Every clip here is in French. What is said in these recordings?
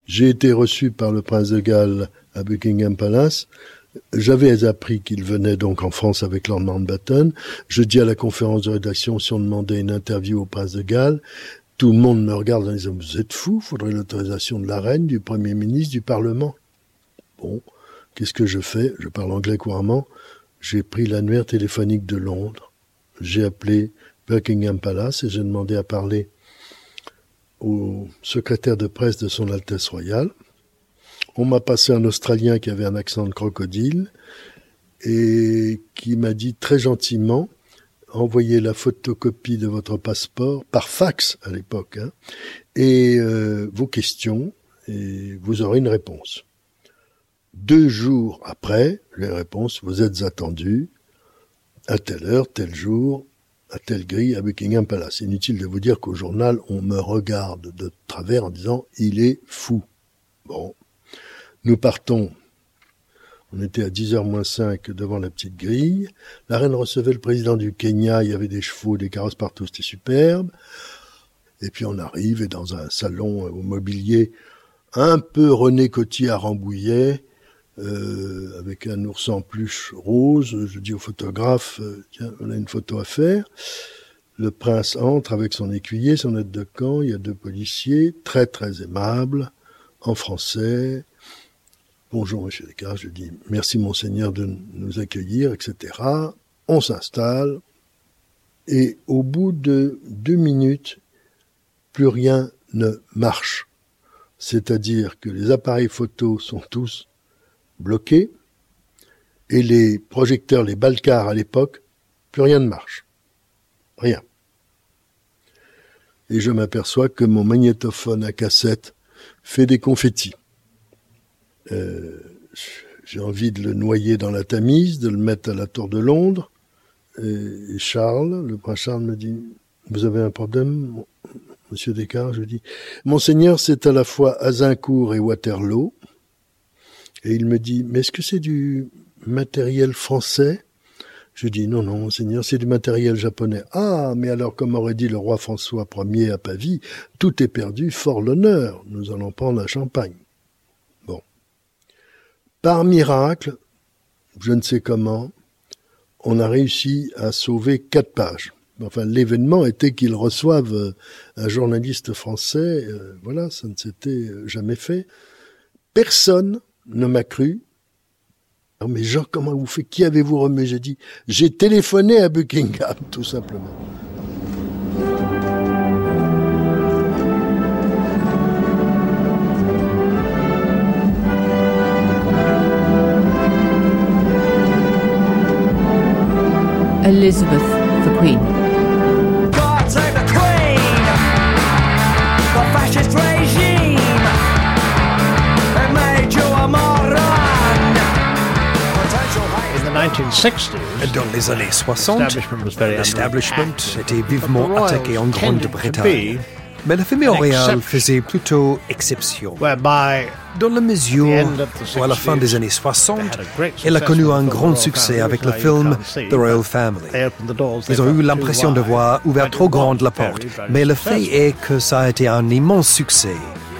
J'ai été reçu par le prince de Galles à Buckingham Palace. J'avais appris qu'il venait donc en France avec Lord Mountbatten. Je dis à la conférence de rédaction, si on demandait une interview au prince de Galles, tout le monde me regarde en disant « Vous êtes fous, faudrait l'autorisation de la reine, du Premier ministre, du Parlement. » Bon, qu'est-ce que je fais? Je parle anglais couramment. J'ai pris l'annuaire téléphonique de Londres. J'ai appelé Buckingham Palace et j'ai demandé à parler au secrétaire de presse de son Altesse Royale. On m'a passé un Australien qui avait un accent de crocodile et qui m'a dit très gentiment « Envoyez la photocopie de votre passeport par fax à l'époque et vos questions et vous aurez une réponse. » 2 jours après, les réponses « Vous êtes attendu à telle heure, tel jour, à telle grille à Buckingham Palace. » Inutile de vous dire qu'au journal, on me regarde de travers en disant « Il est fou. » Bon. Nous partons, on était à 10h-5 devant la petite grille. La reine recevait le président du Kenya, il y avait des chevaux, des carrosses partout, c'était superbe. Et puis on arrive et dans un salon au mobilier un peu René Coty à Rambouillet, avec un ours en peluche rose. Je dis au photographe, tiens, on a une photo à faire. Le prince entre avec son écuyer, son aide de camp, il y a 2 policiers, très très aimables, en français. Bonjour, monsieur Descartes, je dis merci, monseigneur, de nous accueillir, etc. On s'installe, et au bout de 2 minutes, plus rien ne marche. C'est-à-dire que les appareils photos sont tous bloqués, et les projecteurs, les Balcar à l'époque, plus rien ne marche. Rien. Et je m'aperçois que mon magnétophone à cassette fait des confettis. J'ai envie de le noyer dans la Tamise, de le mettre à la Tour de Londres. Et Charles, le prince Charles me dit « Vous avez un problème, monsieur Descartes ?» Je dis « Monseigneur, c'est à la fois Azincourt et Waterloo. » Et il me dit « Mais est-ce que c'est du matériel français ?» Je dis « Non, non, monseigneur, c'est du matériel japonais. »« Ah, mais alors, comme aurait dit le roi François Ier à Pavie, tout est perdu, fort l'honneur. Nous allons prendre un champagne. » Bon. Par miracle, je ne sais comment, on a réussi à sauver 4 pages. Enfin, l'événement était qu'ils reçoivent un journaliste français. Voilà, ça ne s'était jamais fait. Personne ne m'a cru. Alors, mais Jean, comment vous faites? Qui avez-vous remis? J'ai dit, j'ai téléphoné à Buckingham, tout simplement. Elizabeth, the Queen. God save the Queen! The fascist regime! It made you a moron! In the 1960s, dans les années 60, l'establishment était vivement attaqué en Grande-Bretagne. Mais la famille royale faisait plutôt exception. Dans la mesure où, à la fin des années 60, elle a connu un grand succès avec le film The Royal Family. Ils ont eu l'impression d'avoir ouvert trop grande la porte, mais le fait est que ça a été un immense succès.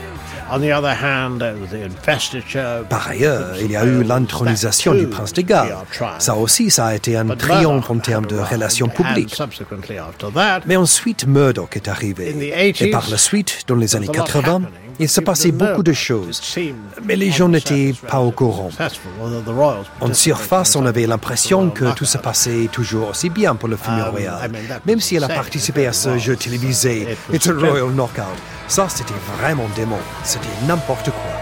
Par ailleurs, il y a eu l'intronisation du prince de Galles. Ça aussi, ça a été un triomphe en termes de relations publiques. Mais ensuite, Murdoch est arrivé. Et par la suite, dans les années 80, il se passait beaucoup de choses. Mais les gens n'étaient pas au courant. En surface, on avait l'impression que tout se passait toujours aussi bien pour la famille royale. Même si elle a participé à ce jeu télévisé, It's a Royal Knockout. Ça, c'était vraiment dément. C'était n'importe quoi.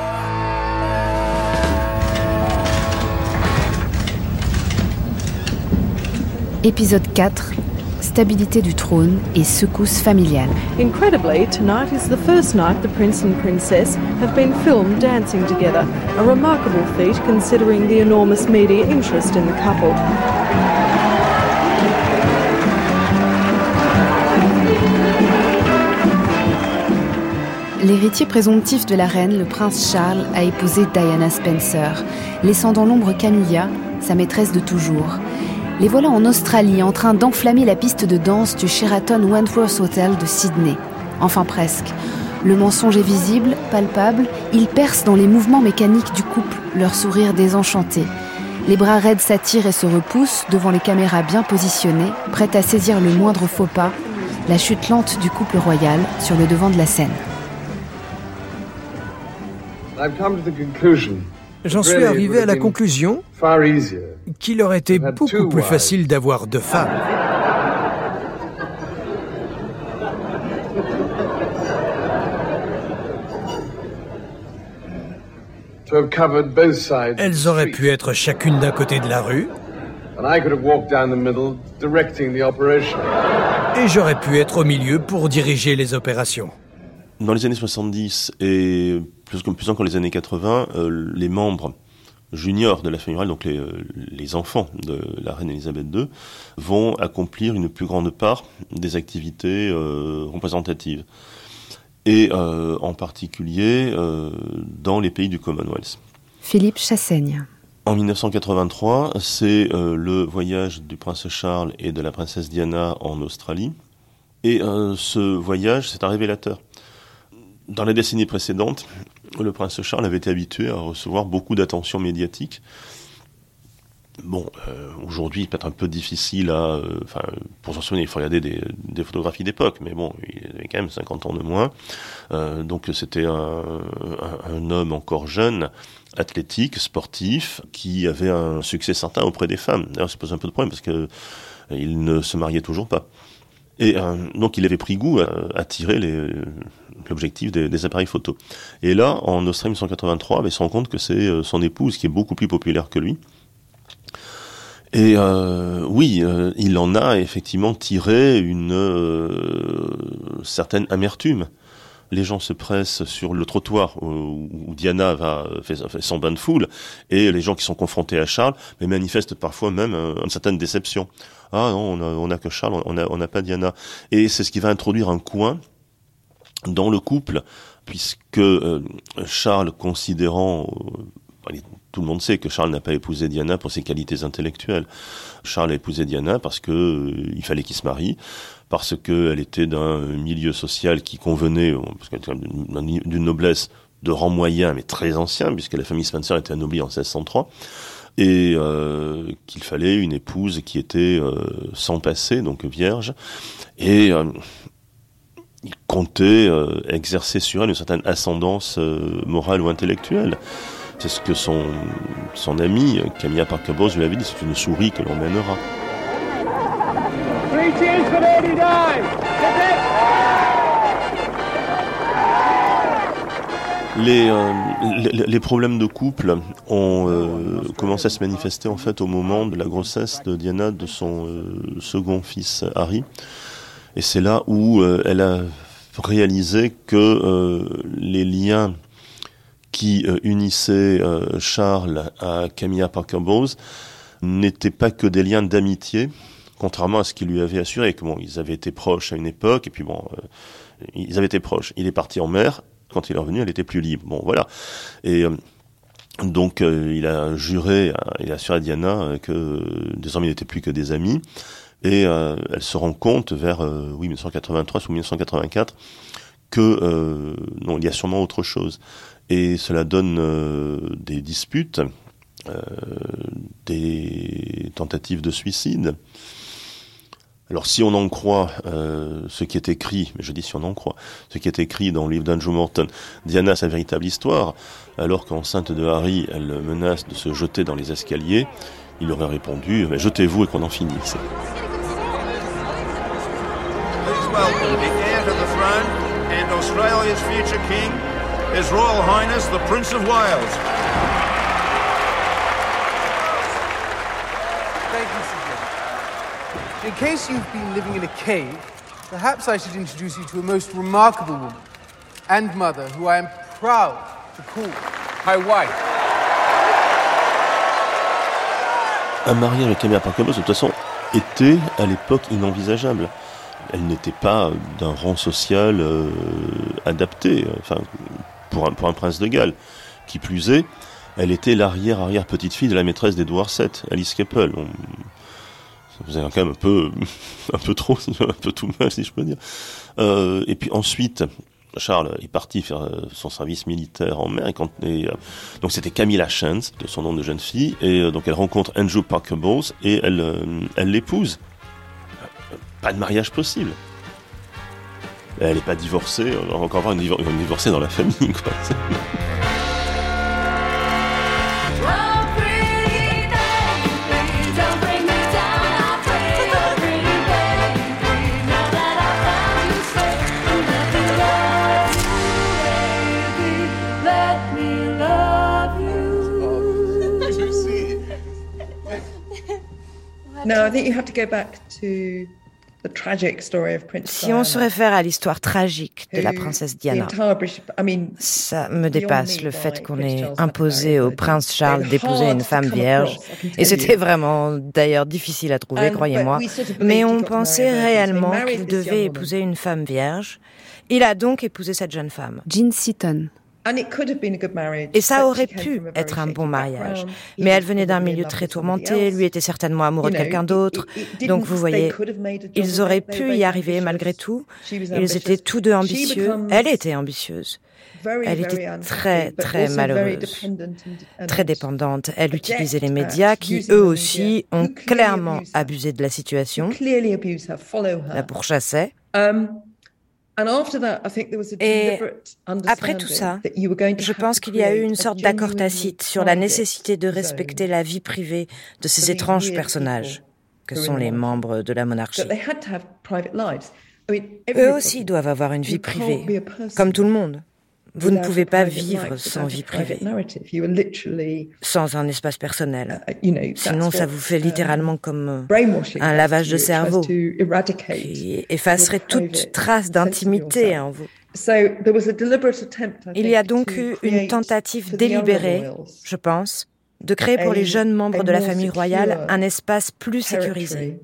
Épisode 4. Stabilité du trône et secousse familiale. Incredibly, tonight is the first night the prince and princess have been filmed dancing together, a remarkable feat considering the enormous media interest in the couple. L'héritier présomptif de la reine, le prince Charles, a épousé Diana Spencer, laissant dans l'ombre Camilla, sa maîtresse de toujours. Les voilà en Australie, en train d'enflammer la piste de danse du Sheraton Wentworth Hotel de Sydney. Enfin presque. Le mensonge est visible, impalpables, ils percent dans les mouvements mécaniques du couple, leur sourire désenchanté. Les bras raides s'attirent et se repoussent devant les caméras bien positionnées, prêtes à saisir le moindre faux pas, la chute lente du couple royal sur le devant de la scène. J'en suis arrivé à la conclusion qu'il aurait été beaucoup plus facile d'avoir 2 femmes. Elles auraient pu être chacune d'un côté de la rue, et j'aurais pu être au milieu pour diriger les opérations. Dans les années 70 et plus encore les années 80, les membres juniors de la famille royale, donc les enfants de la reine Elisabeth II, vont accomplir une plus grande part des activités représentatives. Et en particulier dans les pays du Commonwealth. Philippe Chassaigne. En 1983, c'est le voyage du prince Charles et de la princesse Diana en Australie. Et ce voyage, c'est un révélateur. Dans la décennie précédente, le prince Charles avait été habitué à recevoir beaucoup d'attention médiatique. Bon, aujourd'hui, peut-être un peu difficile pour s'en souvenir, il faut regarder des photographies d'époque, mais bon, il avait quand même 50 ans de moins. Donc c'était un homme encore jeune, athlétique, sportif, qui avait un succès certain auprès des femmes. D'ailleurs, ça pose un peu de problème parce que il ne se mariait toujours pas. Et donc il avait pris goût à tirer l'objectif des appareils photo. Et là, en Australie 1983, il se rend compte que c'est son épouse qui est beaucoup plus populaire que lui. Et il en a effectivement tiré une certaine amertume. Les gens se pressent sur le trottoir où Diana fait son bain de foule, et les gens qui sont confrontés à Charles manifestent parfois même une certaine déception. Ah non, on a que Charles, on n'a pas Diana. Et c'est ce qui va introduire un coin dans le couple, puisque Charles, considérant... Tout le monde sait que Charles n'a pas épousé Diana pour ses qualités intellectuelles. Charles a épousé Diana parce que il fallait qu'il se marie, parce qu'elle était d'un milieu social qui convenait, parce qu'elle était d'une noblesse de rang moyen, mais très ancien, puisque la famille Spencer était anoblie en 1603, et qu'il fallait une épouse qui était sans passé, donc vierge, et il comptait exercer sur elle une certaine ascendance morale ou intellectuelle. C'est ce que son ami, Camilla Parker Bowles, lui avait dit, c'est une souris que l'on mènera. Les problèmes de couple ont commencé à se manifester en fait au moment de la grossesse de Diana de son second fils Harry. Et c'est là où elle a réalisé que les liens qui unissait Charles à Camilla Parker Bowles n'étaient pas que des liens d'amitié, contrairement à ce qu'il lui avait assuré, que bon, ils avaient été proches à une époque, et puis bon, ils avaient été proches. Il est parti en mer, quand il est revenu, elle était plus libre. Bon, voilà. Et donc, il a juré, il a assuré à Diana que désormais, ils n'étaient plus que des amis, et elle se rend compte vers 1983 ou 1984 que non, il y a sûrement autre chose. Et cela donne des disputes, des tentatives de suicide. Alors si on en croit ce qui est écrit, mais je dis si on en croit, ce qui est écrit dans le livre d'Andrew Morton, Diana, sa véritable histoire, alors qu'enceinte de Harry, elle menace de se jeter dans les escaliers, il aurait répondu « jetez-vous et qu'on en finisse ». Please welcome the heir to the throne and Australia's future king, His Royal Highness the Prince of Wales. Thank you, Sir John. In case you've been living in a cave, perhaps I should introduce you to a most remarkable woman and mother who I am proud to call my wife. Un mariage avec Camilla Parker Bowles, de toute façon, était à l'époque inenvisageable. Elle n'était pas d'un rang social adapté, enfin, pour un prince de Galles. Qui plus est, elle était l'arrière-petite-fille de la maîtresse d'Édouard VII, Alice Keppel. Ça faisait quand même un peu trop, un peu tout mal, si je peux dire. Et puis ensuite, Charles est parti faire son service militaire en mer, donc c'était Camilla Chance, de son nom de jeune fille, et donc elle rencontre Andrew Parker Bowles et elle l'épouse. Pas de mariage possible. Elle n'est pas divorcée, on va encore avoir une divorcée dans la famille, quoi. No, I think you have to go back to the tragic story of Princess Si on se réfère à l'histoire tragique de la princesse Diana, ça me dépasse le fait qu'on ait imposé au prince Charles d'épouser une femme vierge. Et c'était vraiment, d'ailleurs, difficile à trouver, croyez-moi. Mais on pensait réellement qu'il devait épouser une femme vierge. Il a donc épousé cette jeune femme. Jean Seaton. Et ça aurait pu être un bon mariage. Mais elle venait d'un milieu très tourmenté, lui était certainement amoureux de quelqu'un d'autre. Donc vous voyez, ils auraient pu y arriver malgré tout. Ils étaient tous deux ambitieux. Elle était ambitieuse. Elle était très, très malheureuse, très dépendante. Elle utilisait les médias qui, eux aussi, ont clairement abusé de la situation, la pourchassaient. Et après tout ça, je pense qu'il y a eu une sorte d'accord tacite sur la nécessité de respecter la vie privée de ces étranges personnages que sont les membres de la monarchie. Eux aussi doivent avoir une vie privée, comme tout le monde. Vous ne pouvez pas vivre sans vie privée, sans un espace personnel. Sinon, ça vous fait littéralement comme un lavage de cerveau qui effacerait toute trace d'intimité en vous. Il y a donc eu une tentative délibérée, je pense, de créer pour les jeunes membres de la famille royale un espace plus sécurisé,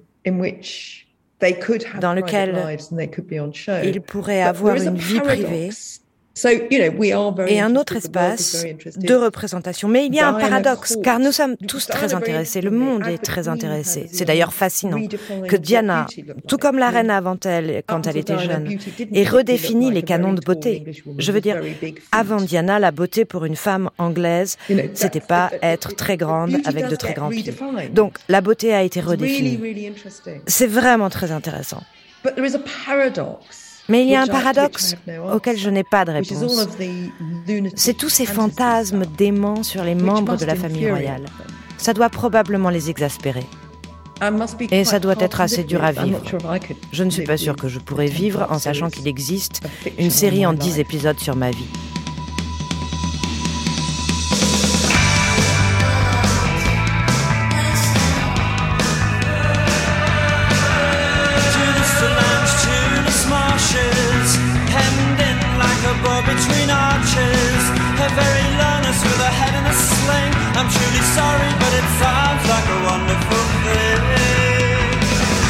dans lequel ils pourraient avoir une vie privée, et un autre espace de représentation. Mais il y a un paradoxe, car nous sommes tous très intéressés, le monde est très intéressé. C'est d'ailleurs fascinant que Diana, tout comme la reine avant elle, quand elle était jeune, ait redéfini les canons de beauté. Je veux dire, avant Diana, la beauté pour une femme anglaise, c'était pas être très grande avec de très grands pieds. Donc, la beauté a été redéfinie. C'est vraiment très intéressant. Mais il y a un paradoxe auquel je n'ai pas de réponse. C'est tous ces fantasmes déments sur les membres de la famille royale. Ça doit probablement les exaspérer. Et ça doit être assez dur à vivre. Je ne suis pas sûre que je pourrais vivre en sachant qu'il existe une série en 10 épisodes sur ma vie. Between arches, a very learners with a head in a sling. I'm truly sorry, but it sounds like a wonderful thing.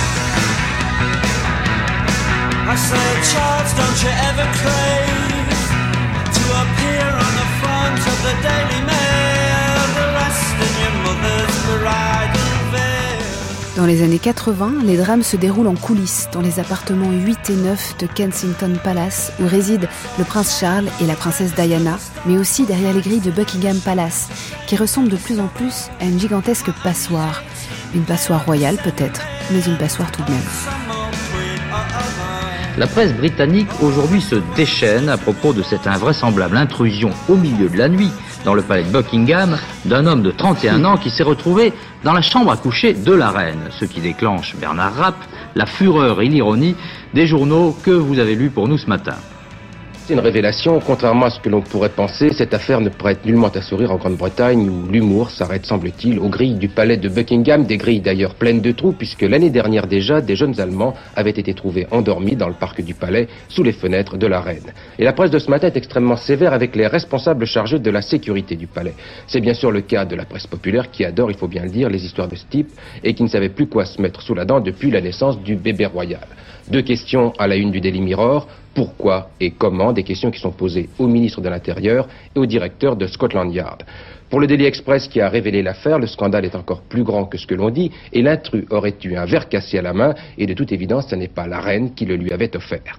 I say, Charles, don't you ever crave to appear on the front of the Daily Mail, dressed in your mother's bridal veil. Dans les années 80, les drames se déroulent en coulisses, dans les appartements 8 et 9 de Kensington Palace, où résident le prince Charles et la princesse Diana, mais aussi derrière les grilles de Buckingham Palace, qui ressemblent de plus en plus à une gigantesque passoire. Une passoire royale peut-être, mais une passoire tout de même. La presse britannique aujourd'hui se déchaîne à propos de cette invraisemblable intrusion au milieu de la nuit dans le palais de Buckingham d'un homme de 31 ans qui s'est retrouvé dans la chambre à coucher de la reine, ce qui déclenche, Bernard Rapp, la fureur et l'ironie des journaux que vous avez lus pour nous ce matin. C'est une révélation, contrairement à ce que l'on pourrait penser, cette affaire ne prête nullement à sourire en Grande-Bretagne où l'humour s'arrête, semble-t-il, aux grilles du palais de Buckingham, des grilles d'ailleurs pleines de trous puisque l'année dernière déjà, des jeunes Allemands avaient été trouvés endormis dans le parc du palais sous les fenêtres de la reine. Et la presse de ce matin est extrêmement sévère avec les responsables chargés de la sécurité du palais. C'est bien sûr le cas de la presse populaire qui adore, il faut bien le dire, les histoires de ce type et qui ne savait plus quoi se mettre sous la dent depuis la naissance du bébé royal. 2 questions à la une du Daily Mirror. Pourquoi et comment? Des questions qui sont posées au ministre de l'Intérieur et au directeur de Scotland Yard. Pour le Daily Express qui a révélé l'affaire, le scandale est encore plus grand que ce que l'on dit et l'intrus aurait eu un verre cassé à la main et de toute évidence, ce n'est pas la reine qui le lui avait offert.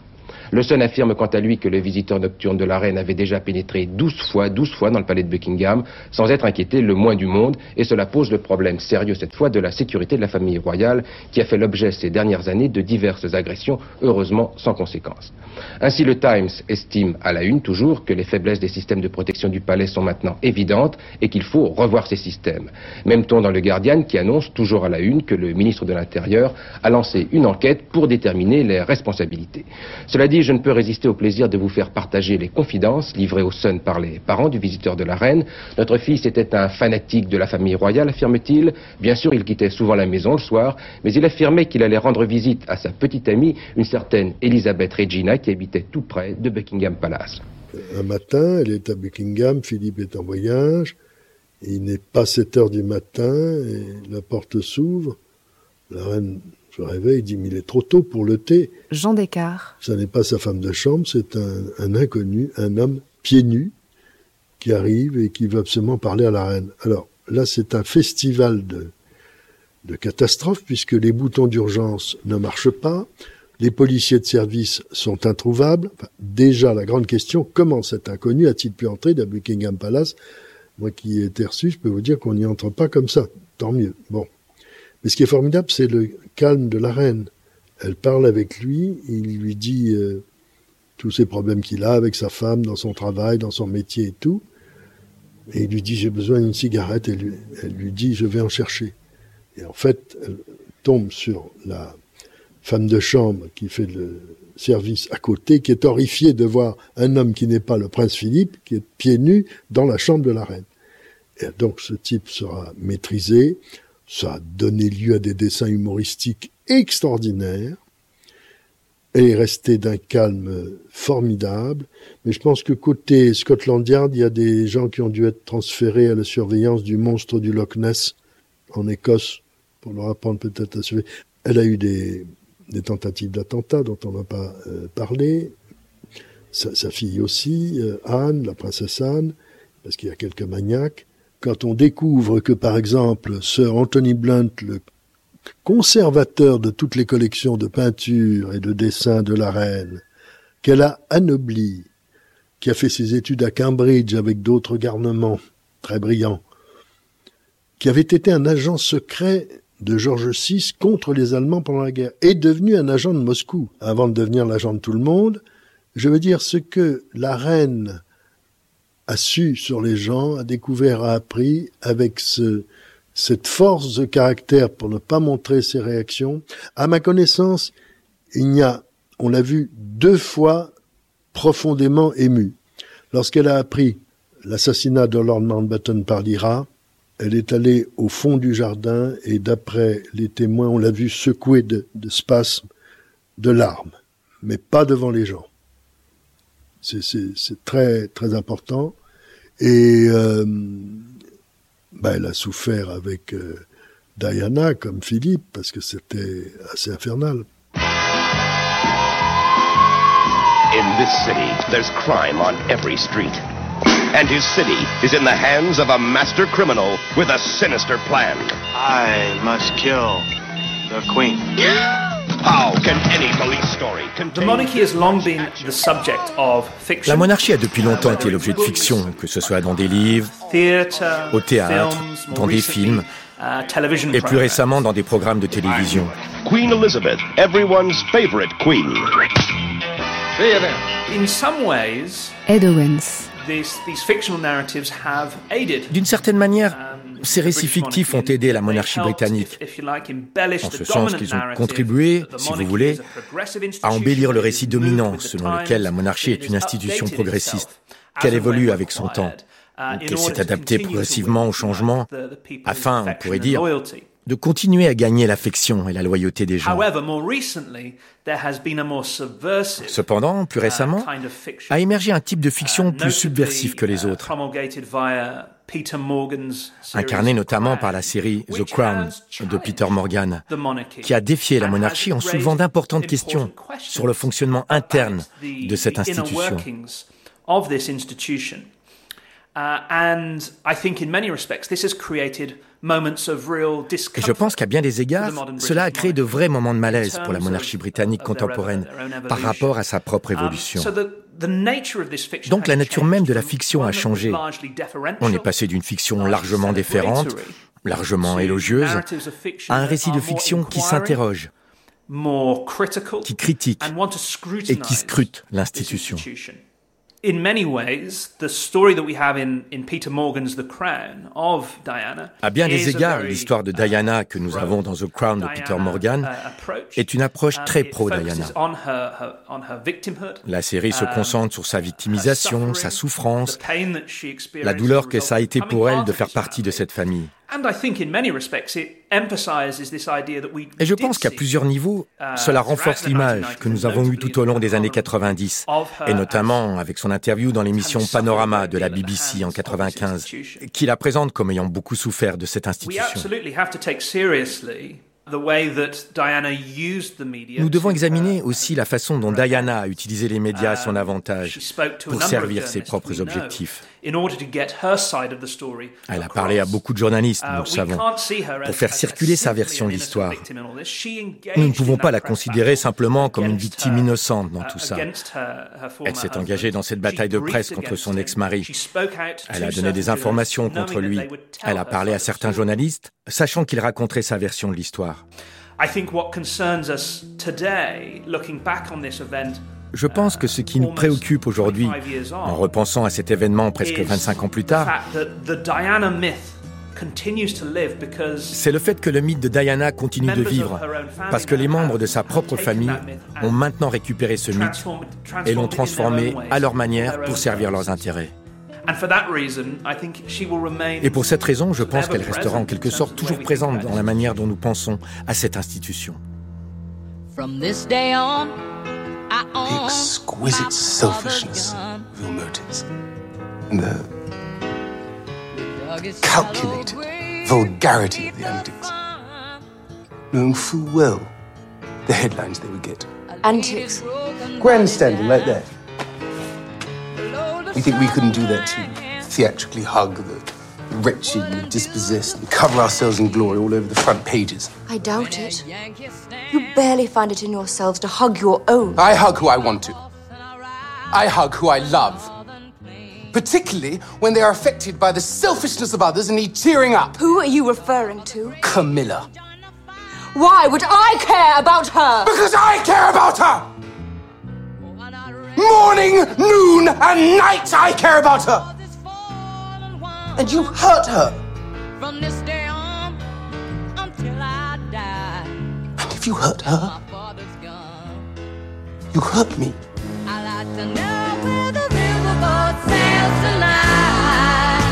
Le Sun affirme quant à lui que le visiteur nocturne de la reine avait déjà pénétré 12 fois dans le palais de Buckingham, sans être inquiété le moins du monde, et cela pose le problème sérieux cette fois de la sécurité de la famille royale, qui a fait l'objet ces dernières années de diverses agressions, heureusement sans conséquences. Ainsi, le Times estime à la une toujours que les faiblesses des systèmes de protection du palais sont maintenant évidentes et qu'il faut revoir ces systèmes. Même ton dans le Guardian qui annonce toujours à la une que le ministre de l'Intérieur a lancé une enquête pour déterminer les responsabilités. Cela dit, je ne peux résister au plaisir de vous faire partager les confidences livrées au Sun par les parents du visiteur de la reine. Notre fils était un fanatique de la famille royale, affirme-t-il. Bien sûr, il quittait souvent la maison le soir, mais il affirmait qu'il allait rendre visite à sa petite amie, une certaine Elisabeth Regina, qui habitait tout près de Buckingham Palace. Un matin, elle est à Buckingham, Philippe est en voyage, et il n'est pas 7h du matin, et la porte s'ouvre. La reine se réveille, dit « mais il est trop tôt pour le thé ». Jean Descartes. Ça n'est pas sa femme de chambre, c'est un inconnu, un homme pieds nus, qui arrive et qui veut absolument parler à la reine. Alors là, c'est un festival de catastrophes, puisque les boutons d'urgence ne marchent pas, les policiers de service sont introuvables. Enfin, déjà, la grande question, comment cet inconnu a-t-il pu entrer dans Buckingham Palace ? Moi qui ai été reçu, je peux vous dire qu'on n'y entre pas comme ça. Tant mieux. Bon. Mais ce qui est formidable, c'est le calme de la reine. Elle parle avec lui, il lui dit tous ces problèmes qu'il a avec sa femme, dans son travail, dans son métier et tout. Et il lui dit, j'ai besoin d'une cigarette. Et elle lui dit, je vais en chercher. Et en fait, elle tombe sur la femme de chambre qui fait le service à côté, qui est horrifiée de voir un homme qui n'est pas le prince Philippe, qui est pieds nus dans la chambre de la reine. Et donc ce type sera maîtrisé, ça a donné lieu à des dessins humoristiques extraordinaires, et est resté d'un calme formidable. Mais je pense que côté Scotland Yard, il y a des gens qui ont dû être transférés à la surveillance du monstre du Loch Ness en Écosse, pour leur apprendre peut-être à surveiller. Elle a eu des tentatives d'attentat dont on n'a pas parlé. Sa fille aussi, Anne, la princesse Anne, parce qu'il y a quelques maniaques. Quand on découvre que, par exemple, Sir Anthony Blunt, le conservateur de toutes les collections de peintures et de dessins de la reine, qu'elle a anobli, qui a fait ses études à Cambridge avec d'autres garnements très brillants, qui avait été un agent secret de George VI contre les Allemands pendant la guerre, est devenu un agent de Moscou, avant de devenir l'agent de tout le monde. Je veux dire, ce que la reine a su sur les gens, a découvert, a appris, avec cette force de caractère pour ne pas montrer ses réactions. À ma connaissance, on l'a vu 2 fois profondément émue. Lorsqu'elle a appris l'assassinat de Lord Mountbatten par l'IRA, elle est allée au fond du jardin et d'après les témoins, on l'a vu secouer de spasmes, de larmes, mais pas devant les gens. C'est très, très important. Et elle a souffert avec Diana comme Philippe, parce que c'était assez infernal. In this city, there's crime on every street. And his city is in the hands of a master criminal with a sinister plan. I must kill the queen. How can any police story The monarchy has long been the subject of fiction. La monarchie a depuis longtemps été l'objet de fiction, que ce soit dans des livres, au théâtre, dans des films, et plus récemment dans des programmes de télévision. Queen Elizabeth, everyone's favorite queen. In some ways, Ed Owens. These fictional narratives have aided. D'une certaine manière, ces récits fictifs ont aidé la monarchie britannique, en ce sens qu'ils ont contribué, si vous voulez, à embellir le récit dominant selon lequel la monarchie est une institution progressiste, qu'elle évolue avec son temps, qu'elle s'est adaptée progressivement au changement, afin, on pourrait dire, de continuer à gagner l'affection et la loyauté des gens. Cependant, plus récemment, a émergé un type de fiction plus subversif que les autres, incarné notamment par la série The Crown de Peter Morgan, qui a défié la monarchie en soulevant d'importantes questions sur le fonctionnement interne de cette institution. And I think in many respects, this has created moments of real discomfort. Et je pense qu'à bien des égards, cela a créé de vrais moments de malaise pour la monarchie britannique contemporaine par rapport à sa propre évolution. Donc la nature même de la fiction a changé. On est passé d'une fiction largement déférente, largement élogieuse, à un récit de fiction qui s'interroge, qui critique et qui scrute l'institution. In many ways, the story that we have in Peter Morgan's The Crown of Diana. À bien des égards, l'histoire de Diana que nous avons dans The Crown de Peter Morgan est une approche très pro-Diana. La série se concentre sur sa victimisation, sa souffrance, la douleur que ça a été pour elle de faire partie de cette famille. Et je pense qu'à plusieurs niveaux, cela renforce l'image que nous avons eue tout au long des années 90, et notamment avec son interview dans l'émission Panorama de la BBC en 95, qui la présente comme ayant beaucoup souffert de cette institution. Nous devons examiner aussi la façon dont Diana a utilisé les médias à son avantage pour servir ses propres objectifs. Elle a parlé à beaucoup de journalistes, nous le savons, pour faire circuler sa version de l'histoire. Nous ne pouvons pas la considérer simplement comme une victime innocente dans tout ça. Elle s'est engagée dans cette bataille de presse contre son ex-mari. Elle a donné des informations contre lui. Elle a parlé à certains journalistes, sachant qu'il raconterait sa version de l'histoire. Je pense que ce qui nous préoccupe aujourd'hui, en repensant à cet événement presque 25 ans plus tard, c'est le fait que le mythe de Diana continue de vivre, parce que les membres de sa propre famille ont maintenant récupéré ce mythe et l'ont transformé à leur manière pour servir leurs intérêts. Et pour cette raison, je pense qu'elle restera en quelque sorte toujours présente dans la manière dont nous pensons à cette institution. The exquisite selfishness of your motives and the calculated vulgarity of the antics, knowing full well the headlines they would get. Antics? Grandstanding like that. We think we couldn't do that to theatrically hug the wretched and the dispossessed and cover ourselves in glory all over the front pages. I doubt it. You barely find it in yourselves to hug your own. I hug who I want to. I hug who I love. Particularly when they are affected by the selfishness of others and need cheering up. Who are you referring to? Camilla. Why would I care about her? Because I care about her! Morning, noon, and night I care about her! And you hurt her! From this day on, until I die. And if you hurt her, you hurt me. I like to know where the riverboat sails tonight.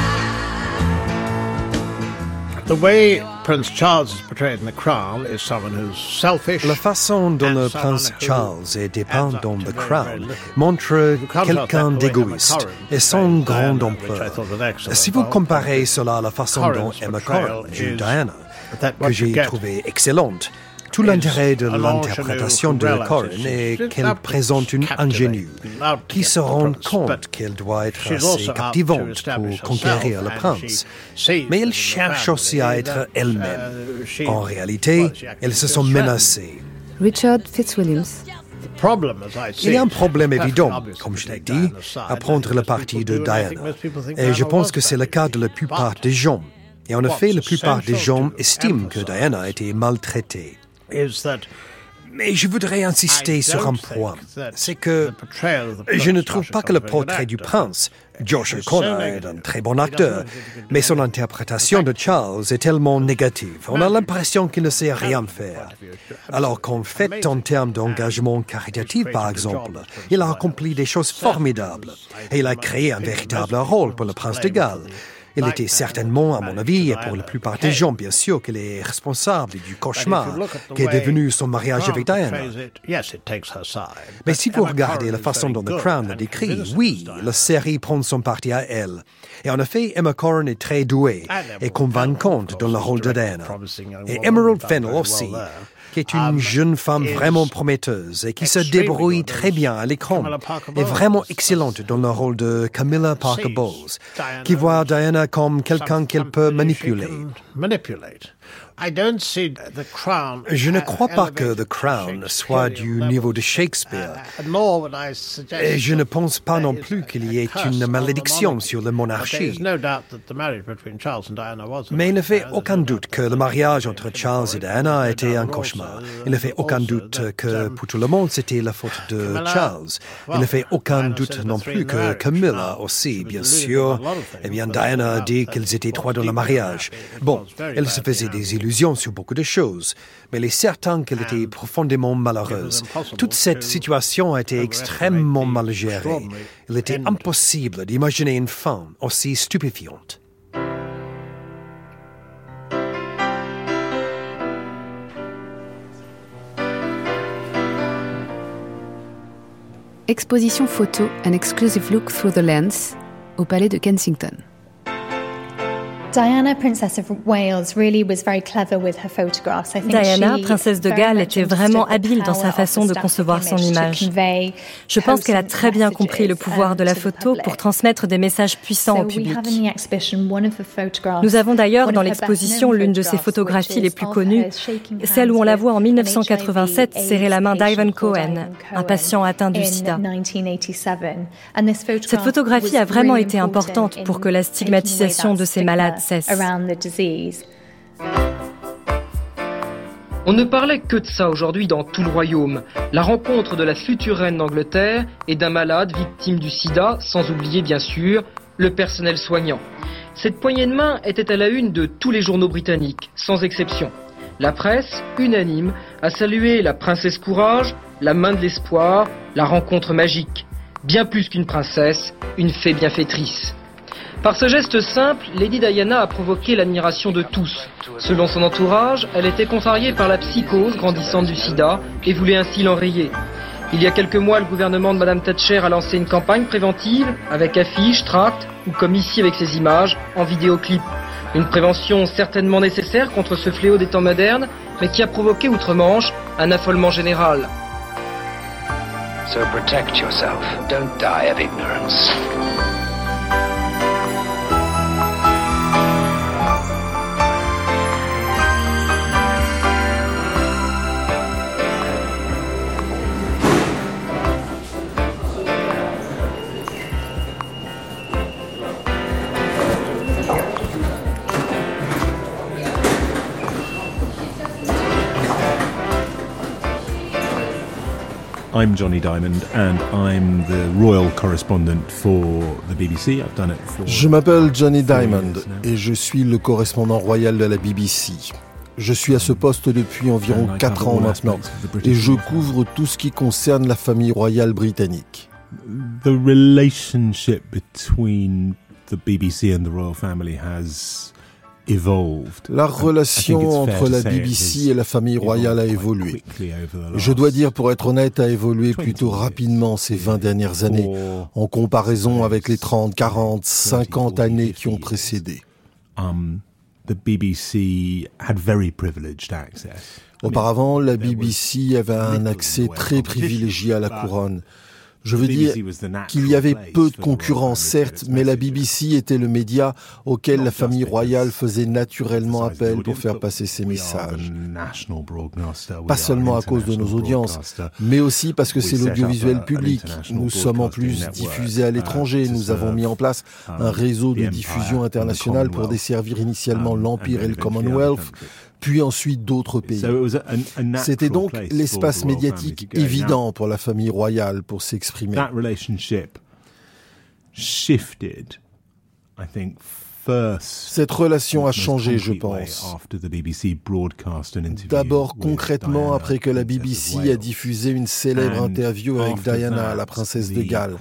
The way Prince Charles is portrayed in The Crown is someone who's selfish. La façon dont le prince Charles est dépeint dans The Crown montre quelqu'un d'égoïste et sans grande ampleur. Si vous comparez cela à la façon dont Emma Corrin joue Diana, que j'ai trouvée excellente, tout l'intérêt de l'interprétation de Corrin est qu'elle présente une ingénue qui se rend compte qu'elle doit être assez captivante pour conquérir le prince. Mais elle cherche aussi à être elle-même. En réalité, elle se sent menacée. Richard Fitzwilliams. Il y a un problème évident, comme je l'ai dit, à prendre le parti de Diana. Et je pense que c'est le cas de la plupart des gens. Et en effet, la plupart des gens estiment que Diana a été maltraitée. Mais je voudrais insister sur un point, c'est que je ne trouve pas que le portrait du prince, Josh O'Connor est un très bon acteur, mais son interprétation de Charles est tellement négative. On a l'impression qu'il ne sait rien faire. Alors qu'en fait, en termes d'engagement caritatif, par exemple, il a accompli des choses formidables et il a créé un véritable rôle pour le prince de Galles. Il était certainement, à mon avis, et pour la plupart des gens, bien sûr, qu'il est responsable du cauchemar qui est devenu son mariage avec Diana. Mais si vous regardez la façon dont The Crown le décrit, oui, la série prend son parti à elle. Et en effet, Emma Corrin est très douée et convaincante dans le rôle de Diana. Et Emerald Fennell aussi. qui est une jeune femme vraiment prometteuse et qui se débrouille très bien à l'écran, est vraiment excellente dans le rôle de Camilla Parker Bowles, qui voit Diana comme quelqu'un qu'elle peut manipuler. Je ne crois pas que The Crown soit du niveau de Shakespeare. Et je ne pense pas non plus qu'il y ait une malédiction sur la monarchie. Mais il ne fait aucun doute que le mariage entre Charles et Diana a été un cauchemar. Il ne fait aucun doute que pour tout le monde c'était la faute de Charles. Il ne fait aucun doute non plus que Camilla aussi, bien sûr. Eh bien, Diana a dit qu'ils étaient trois dans le mariage. Bon, elle se faisait des illusions sur beaucoup de choses, mais il est certain qu'elle était profondément malheureuse. Toute cette situation a été extrêmement mal gérée. Il était impossible d'imaginer une femme aussi stupéfiante. Exposition photo An Exclusive Look Through the Lens au Palais de Kensington. Diana, Princess of Wales, really was very clever with her photographs. Diana, princesse de Galles, était vraiment habile dans sa façon de concevoir son image. Je pense qu'elle a très bien compris le pouvoir de la photo pour transmettre des messages puissants au public. Nous avons d'ailleurs dans l'exposition l'une de ses photographies les plus connues, celle où on la voit en 1987 serrer la main d'Ivan Cohen, un patient atteint du sida. Cette photographie a vraiment été importante pour que la stigmatisation de ces malades cesse. On ne parlait que de ça aujourd'hui dans tout le royaume. La rencontre de la future reine d'Angleterre et d'un malade victime du sida, sans oublier bien sûr le personnel soignant. Cette poignée de main était à la une de tous les journaux britanniques, sans exception. La presse, unanime, a salué la princesse courage, la main de l'espoir, la rencontre magique. Bien plus qu'une princesse, une fée bienfaitrice. Par ce geste simple, Lady Diana a provoqué l'admiration de tous. Selon son entourage, elle était contrariée par la psychose grandissante du sida et voulait ainsi l'enrayer. Il y a quelques mois, le gouvernement de Madame Thatcher a lancé une campagne préventive avec affiches, tracts ou comme ici avec ces images, en vidéoclip. Une prévention certainement nécessaire contre ce fléau des temps modernes, mais qui a provoqué outre-Manche un affolement général. So protect yourself. Don't die of ignorance. I'm Johnny Diamond and I'm the royal correspondent for the BBC. I've done it for... Je m'appelle Johnny Diamond et je suis le correspondant royal de la BBC. Je suis à ce poste depuis environ 4 ans maintenant et je couvre tout ce qui concerne la famille royale britannique. The relationship between the BBC and the royal family has evolved. La relation entre la BBC et la famille royale a évolué. Je dois dire, pour être honnête, a évolué plutôt rapidement ces 20 dernières années, en comparaison avec les 30, 40, 50 années qui ont précédé. The BBC had very privileged access. Auparavant, la BBC avait un accès très privilégié à la couronne. Je veux dire qu'il y avait peu de concurrence, certes, mais la BBC était le média auquel la famille royale faisait naturellement appel pour faire passer ses messages. Pas seulement à cause de nos audiences, mais aussi parce que c'est l'audiovisuel public. Nous sommes en plus diffusés à l'étranger. Nous avons mis en place un réseau de diffusion internationale pour desservir initialement l'Empire et le Commonwealth, puis ensuite d'autres pays. C'était donc l'espace médiatique évident pour la famille royale pour s'exprimer. Cette relation a changé, je pense. D'abord concrètement après que la BBC a diffusé une célèbre interview avec Diana, la princesse de Galles.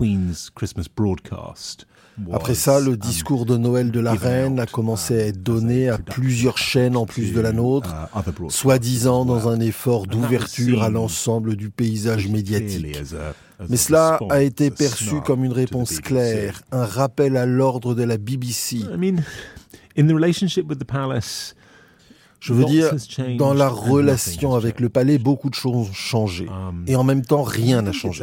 Après ça, le discours de Noël de la reine a commencé à être donné à plusieurs chaînes en plus de la nôtre, soi-disant dans un effort d'ouverture à l'ensemble du paysage médiatique. Mais cela a été perçu comme une réponse claire, un rappel à l'ordre de la BBC. Je veux dire, dans la relation avec le palais, beaucoup de choses ont changé. Et en même temps, rien n'a changé.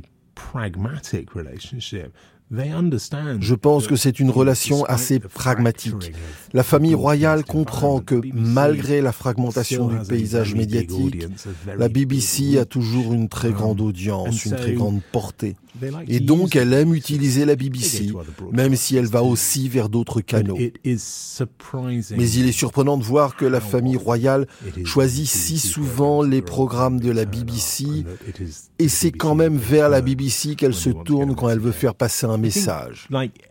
Je pense que c'est une relation assez pragmatique. La famille royale comprend que, malgré la fragmentation du paysage médiatique, la BBC a toujours une très grande audience, une très grande portée. Et donc, elle aime utiliser la BBC, même si elle va aussi vers d'autres canaux. Mais il est surprenant de voir que la famille royale choisit si souvent les programmes de la BBC, et c'est quand même vers la BBC qu'elle se tourne quand elle veut faire passer un message.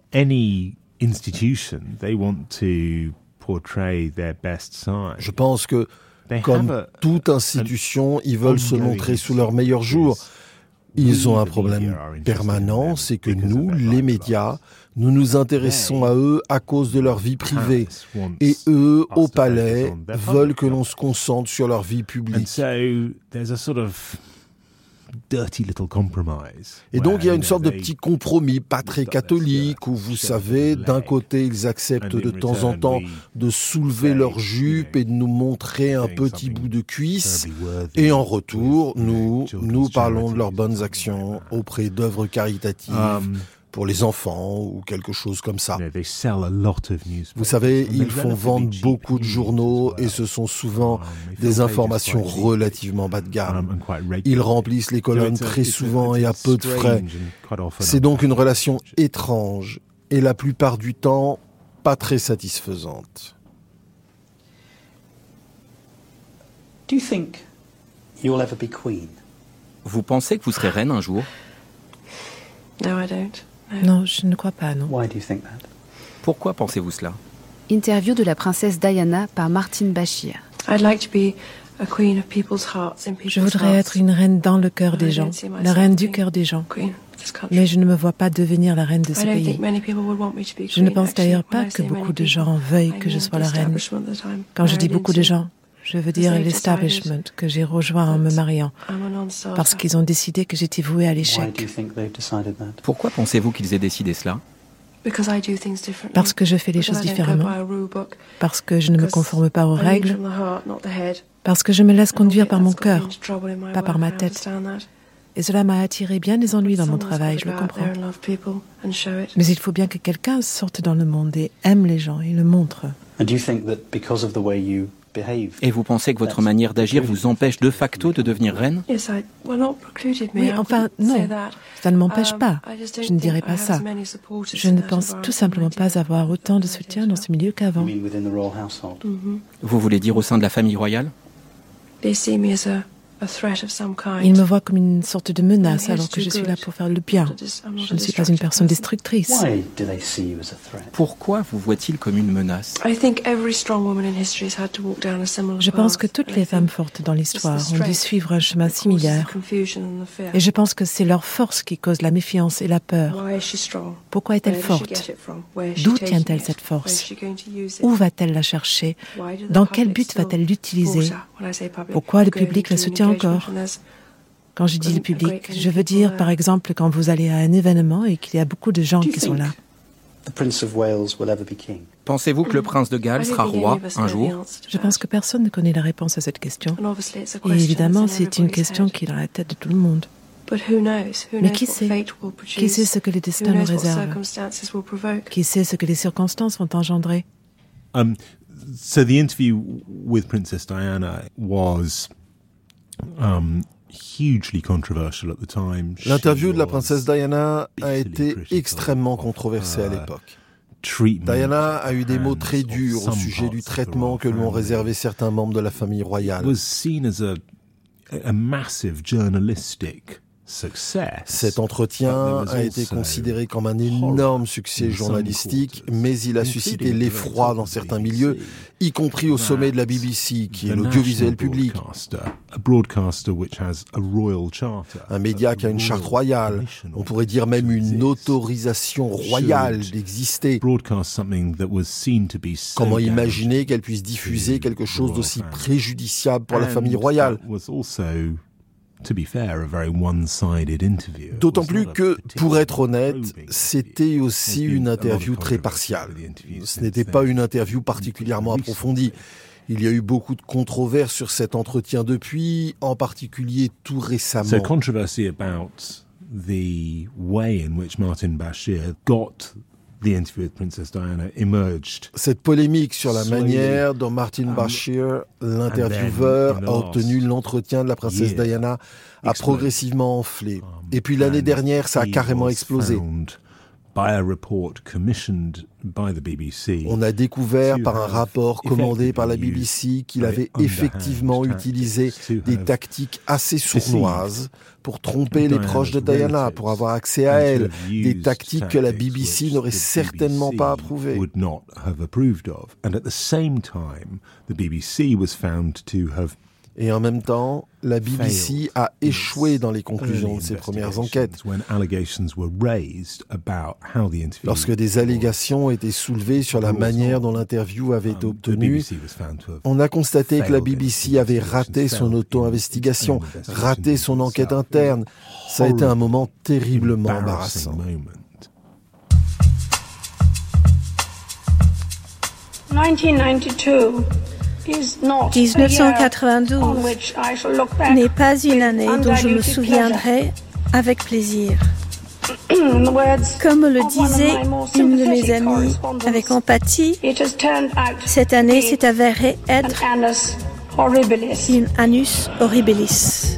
Je pense que, comme toute institution, ils veulent se montrer sous leur meilleur jour. Ils ont un problème permanent, c'est que nous, les médias, nous nous intéressons à eux à cause de leur vie privée. Et eux, au palais, veulent que l'on se concentre sur leur vie publique. Et donc il y a une sorte de petit compromis pas très catholique où, vous savez, d'un côté ils acceptent de temps en temps de soulever leur jupe et de nous montrer un petit bout de cuisse, et en retour nous parlons de leurs bonnes actions auprès d'œuvres caritatives pour les enfants ou quelque chose comme ça. Vous savez, ils font vendre beaucoup de journaux et ce sont souvent des informations relativement bas de gamme. Ils remplissent les colonnes très souvent et à peu de frais. C'est donc une relation étrange et la plupart du temps pas très satisfaisante. Vous pensez que vous serez reine un jour? Non, je ne crois pas, non. Pourquoi pensez-vous cela? Interview de la princesse Diana par Martine Bashir. Je voudrais être une reine dans le cœur des gens, la reine du cœur des gens. Mais je ne me vois pas devenir la reine de ce pays. Je ne pense d'ailleurs pas que beaucoup de gens veuillent que je sois la reine. Quand je dis beaucoup de gens, je veux dire l'establishment que j'ai rejoint en me mariant, parce qu'ils ont décidé que j'étais vouée à l'échec. Pourquoi pensez-vous qu'ils aient décidé cela? Parce que je fais les choses différemment, parce que je ne me conforme pas aux règles, parce que je me laisse conduire par mon cœur, pas par ma tête. Et cela m'a attiré bien des ennuis dans mon travail, je le comprends. Mais il faut bien que quelqu'un sorte dans le monde et aime les gens et le montre. Et vous pensez que votre manière d'agir vous empêche de facto de devenir reine? Oui, enfin, non, ça ne m'empêche pas. Je ne dirais pas ça. Je ne pense tout simplement pas avoir autant de soutien dans ce milieu qu'avant. Vous voulez dire au sein de la famille royale? Ils me voient comme une sorte de menace alors que je suis là pour faire le bien. Je ne suis pas une personne destructrice. Pourquoi vous voient-ils comme une menace? Je pense que toutes les femmes fortes dans l'histoire ont dû suivre un chemin similaire. Et je pense que c'est leur force qui cause la méfiance et la peur. Pourquoi est-elle forte? D'où tient-elle cette force? Où va-t-elle la chercher? Dans quel but va-t-elle l'utiliser? Pourquoi le public la soutient encore? Quand je dis le public, je veux dire, par exemple, quand vous allez à un événement et qu'il y a beaucoup de gens qui sont là. Pensez-vous que le prince de Galles sera roi un jour? Je pense que personne ne connaît la réponse à cette question. Et évidemment, c'est une question qui est dans la tête de tout le monde. Mais qui sait? Qui sait ce que le destin nous réserve? Qui sait ce que les circonstances vont engendrer? So the interview with Princess Diana was hugely controversial at the time. L'interview de la princesse Diana a été extrêmement controversée à l'époque. Diana a eu des mots très durs au sujet du traitement que lui ont réservé certains membres de la famille royale. It was seen as a massive journalistic success. Cet entretien a été considéré comme un énorme succès journalistique, mais il a suscité l'effroi dans certains milieux, y compris au sommet de la BBC, qui est l'audiovisuel public. Un média qui a une charte royale, on pourrait dire même une autorisation royale d'exister. Comment imaginer qu'elle puisse diffuser quelque chose d'aussi préjudiciable pour la famille royale? D'autant plus que, pour être honnête, c'était aussi une interview très partiale. Ce n'était pas une interview particulièrement approfondie. Il y a eu beaucoup de controverses sur cet entretien depuis, en particulier tout récemment. So controversy about the way in which Martin Bashir got the interview with Princess Diana emerged. Cette polémique sur la manière dont Martin Bashir, l'intervieweur, a obtenu l'entretien de la princesse Diana a progressivement enflé. Et puis l'année dernière, ça a carrément explosé. On a découvert par un rapport commandé par la BBC qu'il avait effectivement utilisé des tactiques assez sournoises pour tromper les proches de Diana, pour avoir accès à elle, des tactiques que la BBC n'aurait certainement pas approuvées. Et en même temps, la BBC a échoué dans les conclusions de ses premières enquêtes. Lorsque des allégations étaient soulevées sur la manière dont l'interview avait été obtenue, on a constaté que la BBC avait raté son auto-investigation, raté son enquête interne. Ça a été un moment terriblement embarrassant. 1992 n'est pas une année dont je me souviendrai avec plaisir. Comme le disait une de mes amies avec empathie, cette année s'est avérée être une annus horribilis.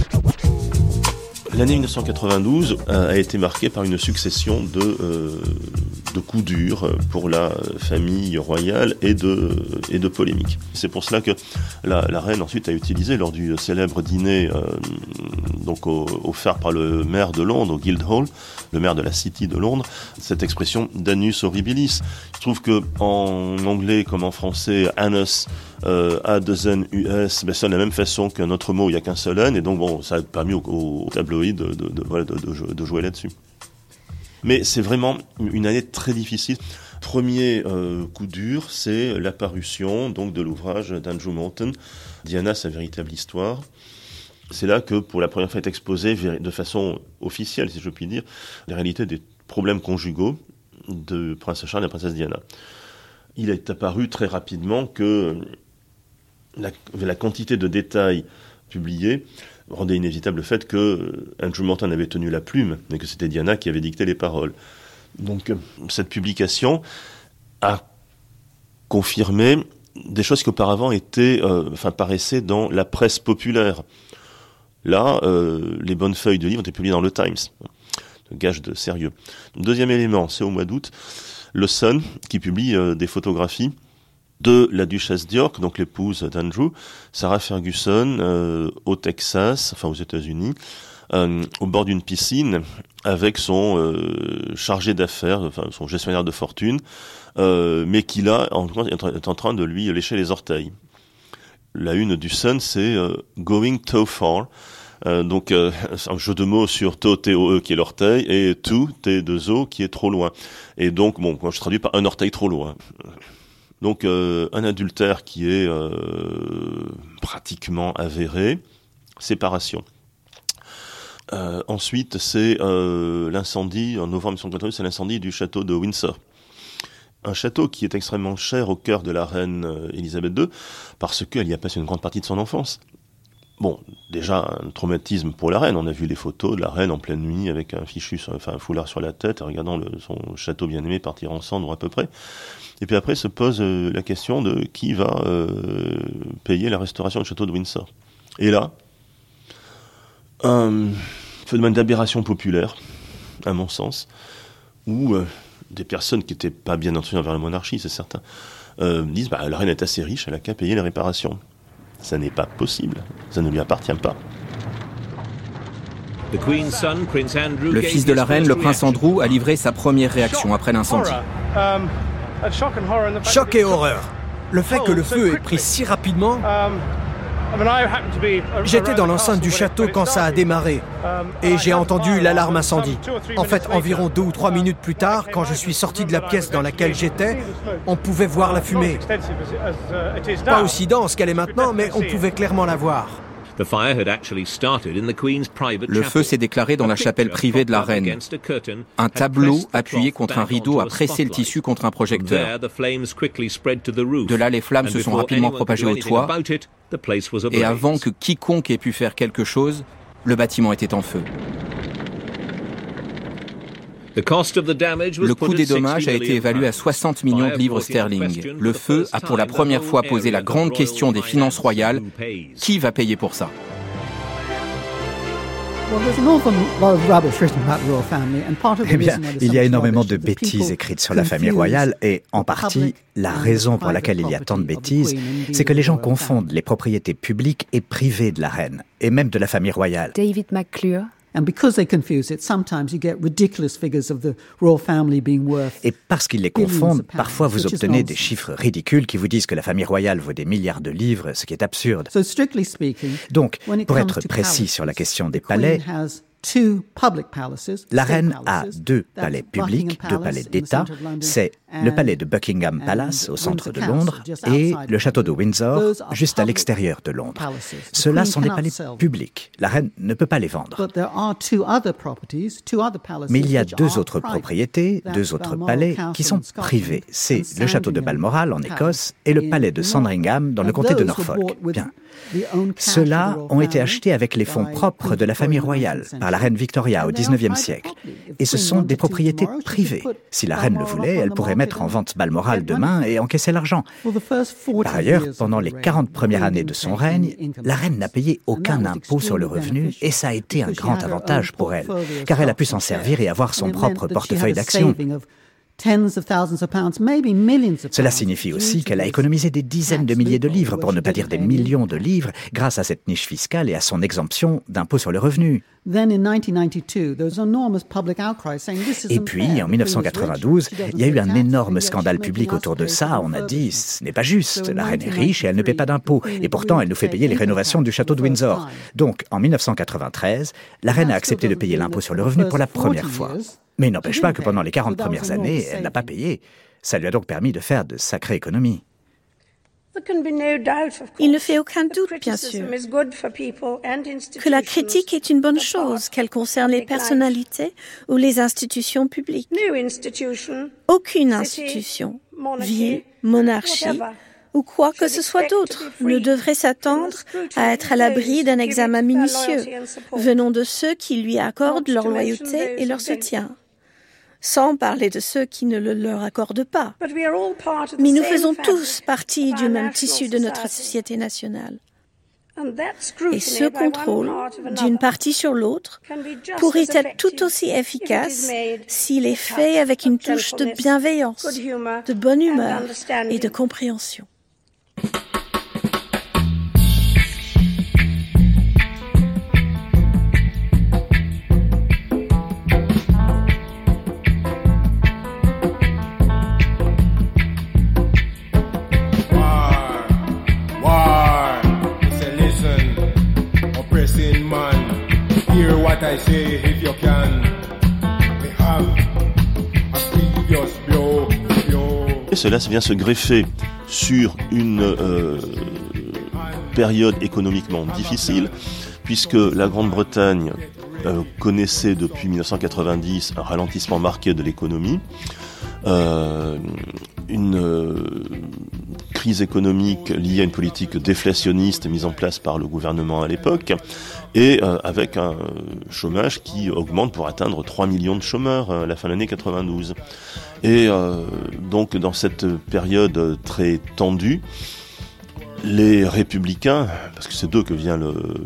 L'année 1992 a été marquée par une succession de coups durs pour la famille royale et de polémiques. C'est pour cela que la reine ensuite a utilisé lors du célèbre dîner offert par le maire de Londres, au Guildhall, le maire de la City de Londres, cette expression d'annus horribilis. Je trouve que en anglais comme en français, annus A, 2 N, US, sonne de la même façon qu'un autre mot, il n'y a qu'un seul N, et donc ça a permis au tabloïd de jouer là-dessus. Mais c'est vraiment une année très difficile. Premier coup dur, c'est l'apparition donc de l'ouvrage d'Andrew Morton, Diana, sa véritable histoire. C'est là que pour la première fois est exposée de façon officielle, si je puis dire, la réalité des problèmes conjugaux de Prince Charles et de la princesse Diana. Il est apparu très rapidement que la quantité de détails publiés rendait inévitable le fait que Andrew Morton avait tenu la plume, mais que c'était Diana qui avait dicté les paroles. Donc cette publication a confirmé des choses qui auparavant paraissaient dans la presse populaire. Là, les bonnes feuilles de livres ont été publiées dans le Times. Gage de sérieux. Deuxième élément, c'est au mois d'août, le Sun qui publie des photographies de la duchesse d'York, donc l'épouse d'Andrew, Sarah Ferguson, au Texas, aux États-Unis, au bord d'une piscine, avec son chargé d'affaires, son gestionnaire de fortune, mais qui là, est en train de lui lécher les orteils. La une du Sun, c'est Going Too Far. Donc un jeu de mots sur toe, T-O-E qui est l'orteil, et too, T-2-O qui est trop loin. Et donc, quand je traduis par un orteil trop loin. Donc un adultère qui est pratiquement avéré, séparation. Ensuite, c'est l'incendie, en novembre 1992, c'est l'incendie du château de Windsor. Un château qui est extrêmement cher au cœur de la reine Elisabeth II, parce qu'elle y a passé une grande partie de son enfance. Bon, déjà un traumatisme pour la reine. On a vu les photos de la reine en pleine nuit avec un foulard sur la tête, regardant son château bien-aimé partir en cendres à peu près. Et puis après se pose la question de qui va payer la restauration du château de Windsor. Et là, un phénomène d'aberration populaire, à mon sens, où des personnes qui n'étaient pas bien intentionnées envers la monarchie, c'est certain, disent la reine est assez riche, elle n'a qu'à payer les réparations. Ça n'est pas possible, ça ne lui appartient pas. Le fils de la reine, le prince Andrew, a livré sa première réaction après l'incendie. Choc et horreur. Le fait que le feu ait pris si rapidement... J'étais dans l'enceinte du château quand ça a démarré et j'ai entendu l'alarme incendie. En fait, environ 2 ou 3 minutes plus tard, quand je suis sorti de la pièce dans laquelle j'étais, on pouvait voir la fumée. Pas aussi dense qu'elle est maintenant, mais on pouvait clairement la voir. Le feu s'est déclaré dans la chapelle privée de la reine. Un tableau appuyé contre un rideau a pressé le tissu contre un projecteur. De là, les flammes se sont rapidement propagées au toit, et avant que quiconque ait pu faire quelque chose, le bâtiment était en feu. Le coût des dommages a été évalué à 60 millions de livres sterling. Le feu a pour la première fois posé la grande question des finances royales. Qui va payer pour ça ? Eh bien, il y a énormément de bêtises écrites sur la famille royale et, en partie, la raison pour laquelle il y a tant de bêtises, c'est que les gens confondent les propriétés publiques et privées de la reine, et même de la famille royale. David McClure. Et parce qu'ils les confondent, parfois vous obtenez des chiffres ridicules qui vous disent que la famille royale vaut des milliards de livres, ce qui est absurde. Donc, pour être précis sur la question des palais, la reine a 2 palais publics, 2 palais d'État. C'est le palais de Buckingham Palace au centre de Londres et le château de Windsor juste à l'extérieur de Londres. Ceux-là sont des palais publics. La reine ne peut pas les vendre. Mais il y a 2 autres propriétés, 2 autres palais qui sont privés. C'est le château de Balmoral en Écosse et le palais de Sandringham dans le comté de Norfolk. Bien. Ceux-là ont été achetés avec les fonds propres de la famille royale par la reine Victoria au XIXe siècle. Et ce sont des propriétés privées. Si la reine le voulait, elle pourrait mettre en vente Balmoral demain et encaisser l'argent. Par ailleurs, pendant les 40 premières années de son règne, la reine n'a payé aucun impôt sur le revenu et ça a été un grand avantage pour elle, car elle a pu s'en servir et avoir son propre portefeuille d'actions. Cela signifie aussi qu'elle a économisé des dizaines de milliers de livres, pour ne pas dire des millions de livres, grâce à cette niche fiscale et à son exemption d'impôt sur le revenu. Et puis, en 1992, il y a eu un énorme scandale public autour de ça. On a dit, ce n'est pas juste, la reine est riche et elle ne paie pas d'impôts, et pourtant elle nous fait payer les rénovations du château de Windsor. Donc, en 1993, la reine a accepté de payer l'impôt sur le revenu pour la première fois. Mais il n'empêche pas que pendant les 40 premières années, elle n'a pas payé. Ça lui a donc permis de faire de sacrées économies. Il ne fait aucun doute, bien sûr, que la critique est une bonne chose, qu'elle concerne les personnalités ou les institutions publiques. Aucune institution, ville, monarchie ou quoi que ce soit d'autre ne devrait s'attendre à être à l'abri d'un examen minutieux venant de ceux qui lui accordent leur loyauté et leur soutien. Sans parler de ceux qui ne le leur accordent pas. Mais nous faisons tous partie du même tissu de notre société nationale. Et ce contrôle, d'une partie sur l'autre, pourrait être tout aussi efficace s'il est fait avec une touche de bienveillance, de bonne humeur et de compréhension. I say, if you can, we have a previous blow. Et cela vient se greffer sur une période économiquement difficile, puisque la Grande-Bretagne connaissait depuis 1990 un ralentissement marqué de l'économie, une crise économique liée à une politique déflationniste mise en place par le gouvernement à l'époque, et avec un chômage qui augmente pour atteindre 3 millions de chômeurs à la fin de l'année 92. Et donc dans cette période très tendue, les républicains, parce que c'est d'eux que vient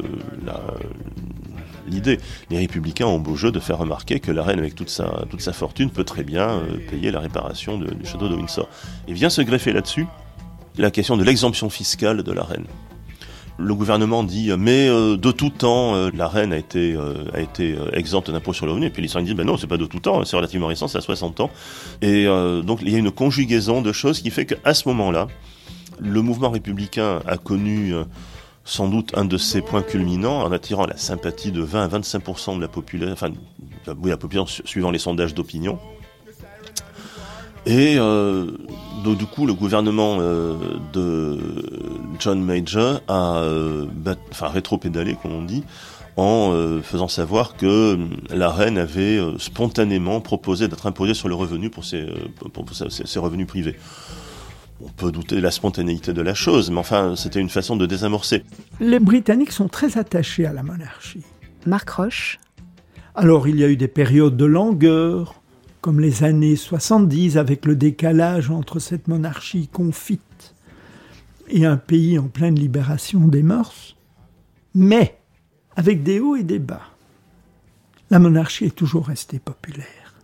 l'idée, les républicains ont beau jeu de faire remarquer que la reine, avec toute sa fortune, peut très bien payer la réparation du château de Windsor. Et vient se greffer là-dessus la question de l'exemption fiscale de la reine. Le gouvernement dit mais de tout temps la reine a été exempte d'impôt sur le revenu, et puis l'historien dit ben non, c'est pas de tout temps, c'est relativement récent, c'est à 60 ans. Et donc il y a une conjugaison de choses qui fait qu'à ce moment-là, le mouvement républicain a connu sans doute un de ses points culminants en attirant la sympathie de 20 à 25% de la population, enfin oui, la population suivant les sondages d'opinion. Et donc du coup, le gouvernement de John Major a rétropédalé, comme on dit, en faisant savoir que la reine avait spontanément proposé d'être imposée sur le revenu pour ses revenus privés. On peut douter de la spontanéité de la chose, mais enfin, c'était une façon de désamorcer. Les Britanniques sont très attachés à la monarchie. Marc Roche. Alors, il y a eu des périodes de langueur, comme les années 70, avec le décalage entre cette monarchie confite et un pays en pleine libération des mœurs. Mais, avec des hauts et des bas, la monarchie est toujours restée populaire.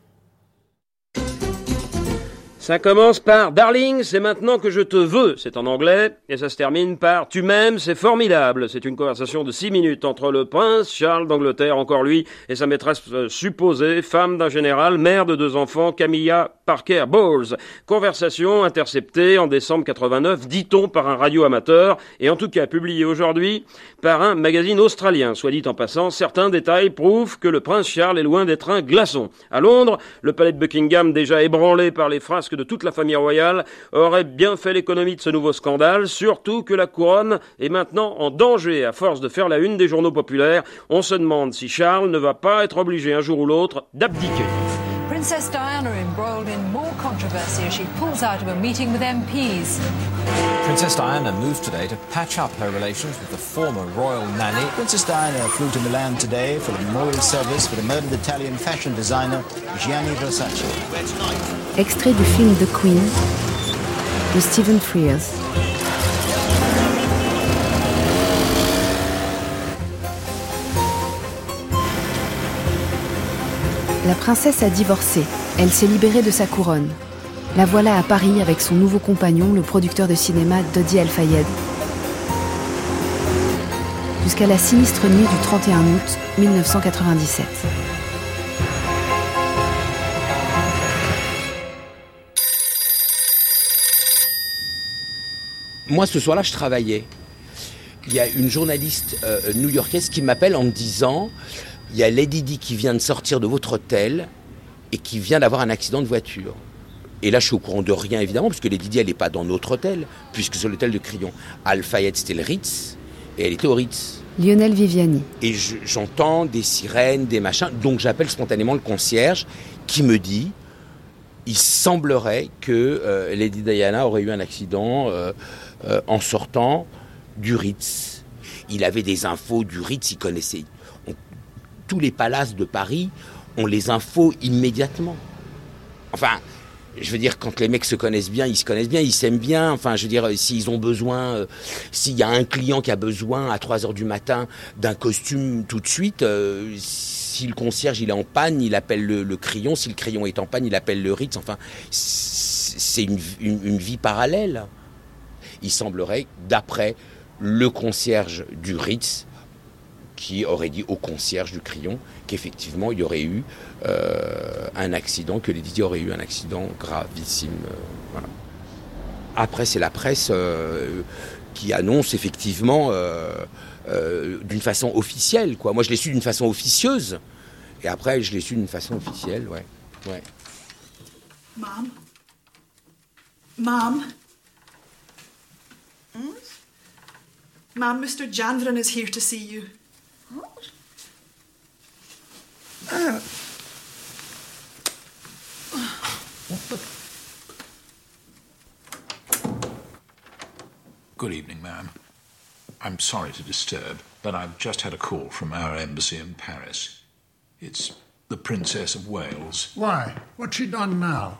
Ça commence par « Darling, c'est maintenant que je te veux », c'est en anglais, et ça se termine par « Tu m'aimes, c'est formidable ». C'est une conversation de 6 minutes entre le prince Charles d'Angleterre, encore lui, et sa maîtresse supposée, femme d'un général, mère de 2 enfants, Camilla Parker Bowles. Conversation interceptée en décembre 89, dit-on, par un radio amateur, et en tout cas publiée aujourd'hui par un magazine australien. Soit dit en passant, certains détails prouvent que le prince Charles est loin d'être un glaçon. À Londres, le palais de Buckingham, déjà ébranlé par les frasques de toute la famille royale, aurait bien fait l'économie de ce nouveau scandale, surtout que la couronne est maintenant en danger à force de faire la une des journaux populaires. On se demande si Charles ne va pas être obligé un jour ou l'autre d'abdiquer. Princess Diana embroiled in more controversy as she pulls out of a meeting with MPs. Princess Diana moved today to patch up her relations with the former royal nanny. Princess Diana flew to Milan today for the memorial service for the murdered Italian fashion designer Gianni Versace. Extrait du film The Queen de Stephen Frears. La princesse a divorcé. Elle s'est libérée de sa couronne. La voilà à Paris avec son nouveau compagnon, le producteur de cinéma Dodi Al-Fayed. Jusqu'à la sinistre nuit du 31 août 1997. Moi, ce soir-là, je travaillais. Il y a une journaliste new-yorkaise qui m'appelle en me disant... Il y a Lady Di qui vient de sortir de votre hôtel et qui vient d'avoir un accident de voiture. Et là, je suis au courant de rien, évidemment, parce que Lady Di, elle n'est pas dans notre hôtel, puisque c'est l'hôtel de Crillon. Al-Fayed, c'était le Ritz, et elle était au Ritz. Lionel Viviani. Et j'entends des sirènes, des machins, donc j'appelle spontanément le concierge qui me dit, il semblerait que Lady Diana aurait eu un accident en sortant du Ritz. Il avait des infos du Ritz, il connaissait... Tous les palaces de Paris ont les infos immédiatement. Enfin, je veux dire, quand les mecs se connaissent bien, ils s'aiment bien. Enfin, je veux dire, s'ils ont besoin, s'il y a un client qui a besoin à 3h du matin d'un costume tout de suite, si le concierge il est en panne, il appelle le crayon. Si le crayon est en panne, il appelle le Ritz. Enfin, c'est une vie parallèle. Il semblerait, d'après le concierge du Ritz, qui aurait dit au concierge du Crillon qu'effectivement il y aurait eu un accident, que Lady Di aurait eu un accident gravissime. Voilà. Après, c'est la presse qui annonce effectivement d'une façon officielle, quoi. Moi, je l'ai su d'une façon officieuse, et après, je l'ai su d'une façon officielle, ouais. Mom? Mom? Mom, Mr. Janvran is here to see you. What? Good evening, ma'am. I'm sorry to disturb, but I've just had a call from our embassy in Paris. It's the Princess of Wales. Why? What's she done now?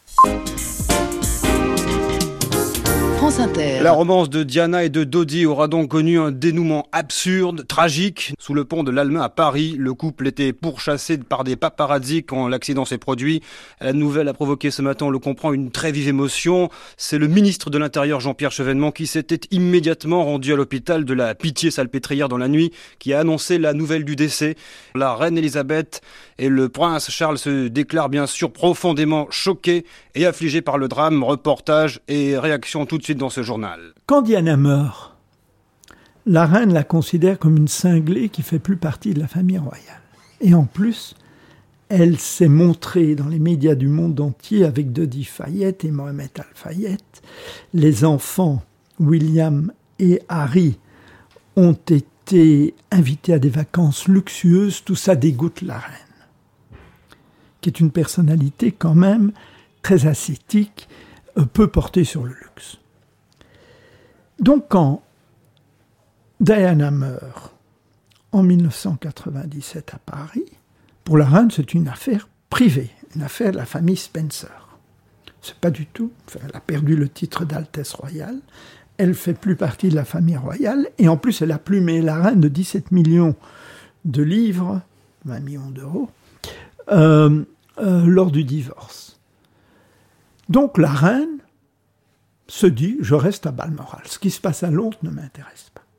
France Inter. La romance de Diana et de Dodi aura donc connu un dénouement absurde, tragique. Sous le pont de l'Alma à Paris, le couple était pourchassé par des paparazzi quand l'accident s'est produit. La nouvelle a provoqué ce matin, on le comprend, une très vive émotion. C'est le ministre de l'Intérieur, Jean-Pierre Chevènement, qui s'était immédiatement rendu à l'hôpital de la Pitié-Salpêtrière dans la nuit, qui a annoncé la nouvelle du décès. La reine Elisabeth et le prince Charles se déclarent bien sûr profondément choqués et affligés par le drame. Reportage et réaction tout de suite dans ce journal. Quand Diana meurt, la reine la considère comme une cinglée qui fait plus partie de la famille royale. Et en plus, Elle s'est montrée dans les médias du monde entier avec Dodi Fayed et Mohamed Al-Fayed. Les enfants, William et Harry, ont été invités à des vacances luxueuses. Tout ça dégoûte la reine, qui est une personnalité quand même très ascétique, peu portée sur le luxe. Donc quand Diana meurt en 1997 à Paris, pour la reine, c'est une affaire privée, une affaire de la famille Spencer. C'est pas du tout. Elle a perdu le titre d'Altesse royale. Elle fait plus partie de la famille royale. Et en plus, elle a plumé la reine de 17 millions de livres, 20 millions d'euros, lors du divorce. Donc la reine se dit, je reste à Balmoral. Ce qui se passe à Londres ne m'intéresse pas.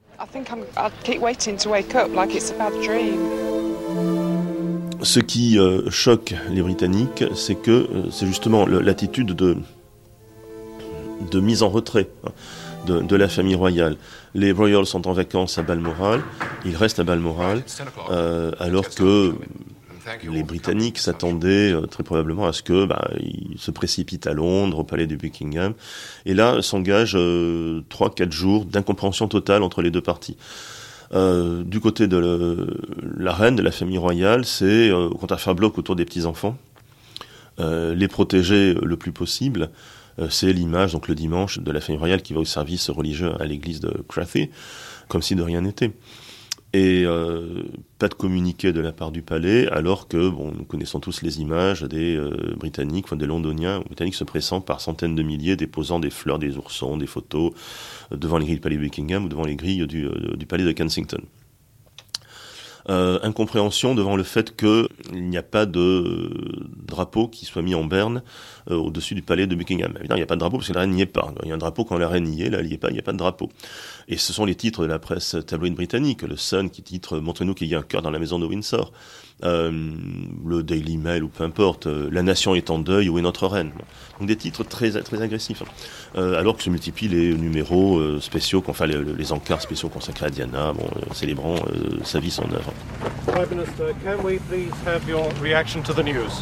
Ce qui choque les Britanniques, c'est que c'est justement l'attitude de mise en retrait de la famille royale. Les Royals sont en vacances à Balmoral, ils restent à Balmoral, alors que les Britanniques s'attendaient très probablement à ce qu'ils se précipitent à Londres, au palais de Buckingham, et là s'engagent 3-4 jours d'incompréhension totale entre les deux parties. Du côté de la reine, de la famille royale, c'est au contraire faire bloc autour des petits-enfants, les protéger le plus possible. C'est l'image, donc le dimanche, de la famille royale qui va au service religieux à l'église de Crathy, comme si de rien n'était. Et pas de communiqué de la part du palais, alors que, nous connaissons tous les images des Britanniques, des Londoniens, Britanniques se pressant par centaines de milliers, déposant des fleurs, des oursons, des photos, devant les grilles du palais de Buckingham ou devant les grilles du palais de Kensington. Incompréhension devant le fait qu'il n'y a pas de drapeau qui soit mis en berne au-dessus du palais de Buckingham. Évidemment, il n'y a pas de drapeau parce que la reine n'y est pas. Il y a un drapeau quand la reine y est, là, il n'y a pas de drapeau. Et ce sont les titres de la presse tabloïde britannique. Le Sun qui titre « Montrez-nous qu'il y a un cœur dans la maison de Windsor ». Le Daily Mail ou peu importe, la nation est en deuil, où est notre reine. Donc des titres très agressifs, alors que se multiplient les numéros spéciaux, les encarts spéciaux consacrés à Diana, célébrant sa vie, son œuvre. Prime Minister, can we please have your reaction to the news?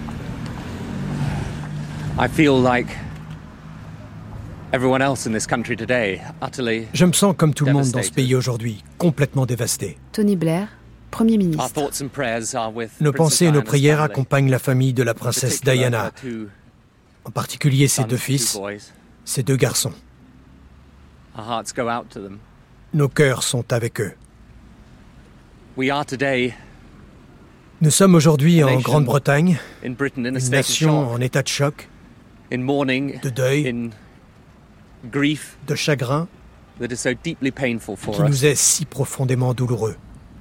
I feel like everyone else in this country today, utterly. Je me sens comme tout le monde dans ce pays aujourd'hui, complètement dévasté. Tony Blair, Premier ministre. Nos pensées et nos prières accompagnent la famille de la princesse Diana, en particulier ses 2 fils, ses 2 garçons. Nos cœurs sont avec eux. Nous sommes aujourd'hui en Grande-Bretagne, une nation en état de choc, de deuil, de chagrin, qui nous est si profondément douloureux.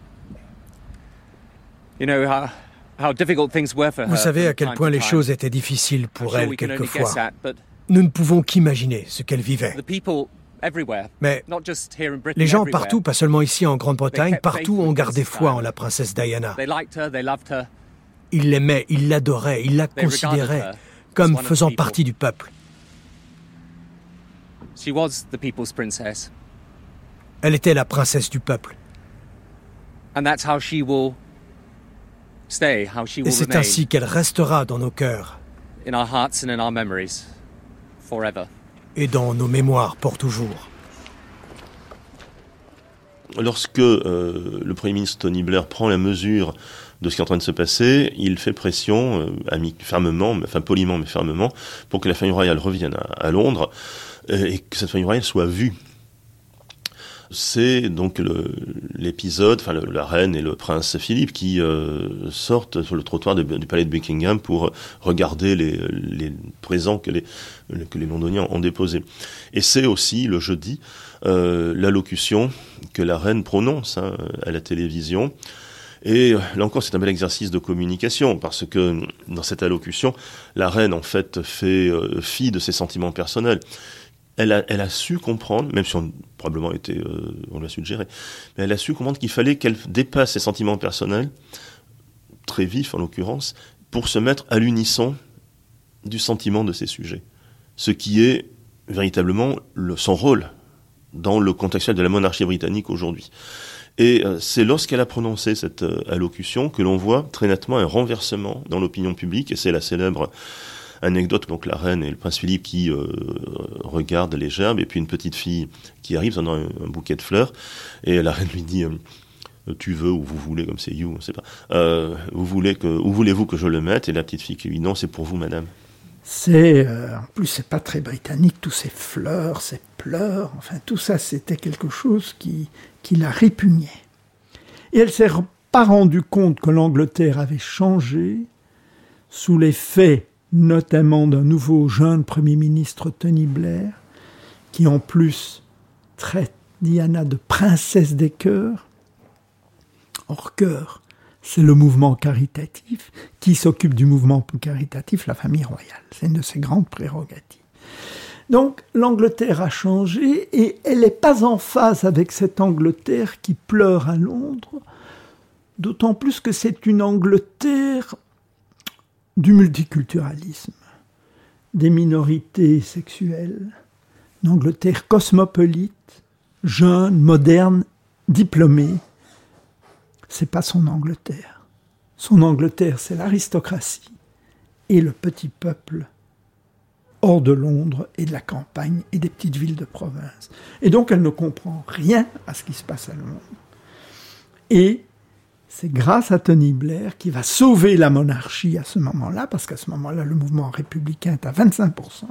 Vous savez à quel point les choses étaient difficiles pour elle quelquefois. Nous ne pouvons qu'imaginer ce qu'elle vivait. Mais les gens partout, pas seulement ici en Grande-Bretagne, partout ont gardé foi en la princesse Diana. Ils l'aimaient, ils l'adoraient, ils la considéraient comme faisant partie du peuple. Elle était la princesse du peuple. Et c'est ainsi qu'elle restera dans nos cœurs et dans nos mémoires pour toujours. Lorsque le Premier ministre Tony Blair prend la mesure de ce qui est en train de se passer, il fait pression, poliment mais fermement, pour que la famille royale revienne à Londres et que cette famille royale soit vue. C'est donc l'épisode, la reine et le prince Philippe qui sortent sur le trottoir du palais de Buckingham pour regarder les présents que les Londoniens ont déposés. Et c'est aussi le jeudi l'allocution que la reine prononce à la télévision. Et là encore, c'est un bel exercice de communication, parce que dans cette allocution, la reine en fait fait fi de ses sentiments personnels. Elle a su comprendre, même si on l'a suggéré, mais elle a su comprendre qu'il fallait qu'elle dépasse ses sentiments personnels, très vifs en l'occurrence, pour se mettre à l'unisson du sentiment de ses sujets. Ce qui est véritablement son rôle dans le contexte de la monarchie britannique aujourd'hui. Et c'est lorsqu'elle a prononcé cette allocution que l'on voit très nettement un renversement dans l'opinion publique, et c'est la célèbre anecdote, donc la reine et le prince Philippe qui regardent les gerbes, et puis une petite fille qui arrive donnant un bouquet de fleurs, et la reine lui dit tu veux ou vous voulez, comme c'est you, on sait pas, où voulez-vous que je le mette? Et la petite fille qui lui dit non, c'est pour vous, madame. C'est, en plus, c'est pas très britannique, tous ces fleurs, ces pleurs, enfin tout ça, c'était quelque chose qui la répugnait. Et elle s'est pas rendue compte que l'Angleterre avait changé sous l'effet notamment d'un nouveau jeune Premier ministre, Tony Blair, qui en plus traite Diana de princesse des chœurs. Or, chœur, c'est le mouvement caritatif. Qui s'occupe du mouvement caritatif? La famille royale. C'est une de ses grandes prérogatives. Donc, l'Angleterre a changé et elle n'est pas en phase avec cette Angleterre qui pleure à Londres, d'autant plus que c'est une Angleterre du multiculturalisme, des minorités sexuelles, une Angleterre cosmopolite, jeune, moderne, diplômée. C'est pas son Angleterre. Son Angleterre, c'est l'aristocratie et le petit peuple hors de Londres et de la campagne et des petites villes de province. Et donc, elle ne comprend rien à ce qui se passe à Londres. Et c'est grâce à Tony Blair qui va sauver la monarchie à ce moment-là, parce qu'à ce moment-là, le mouvement républicain est à 25%.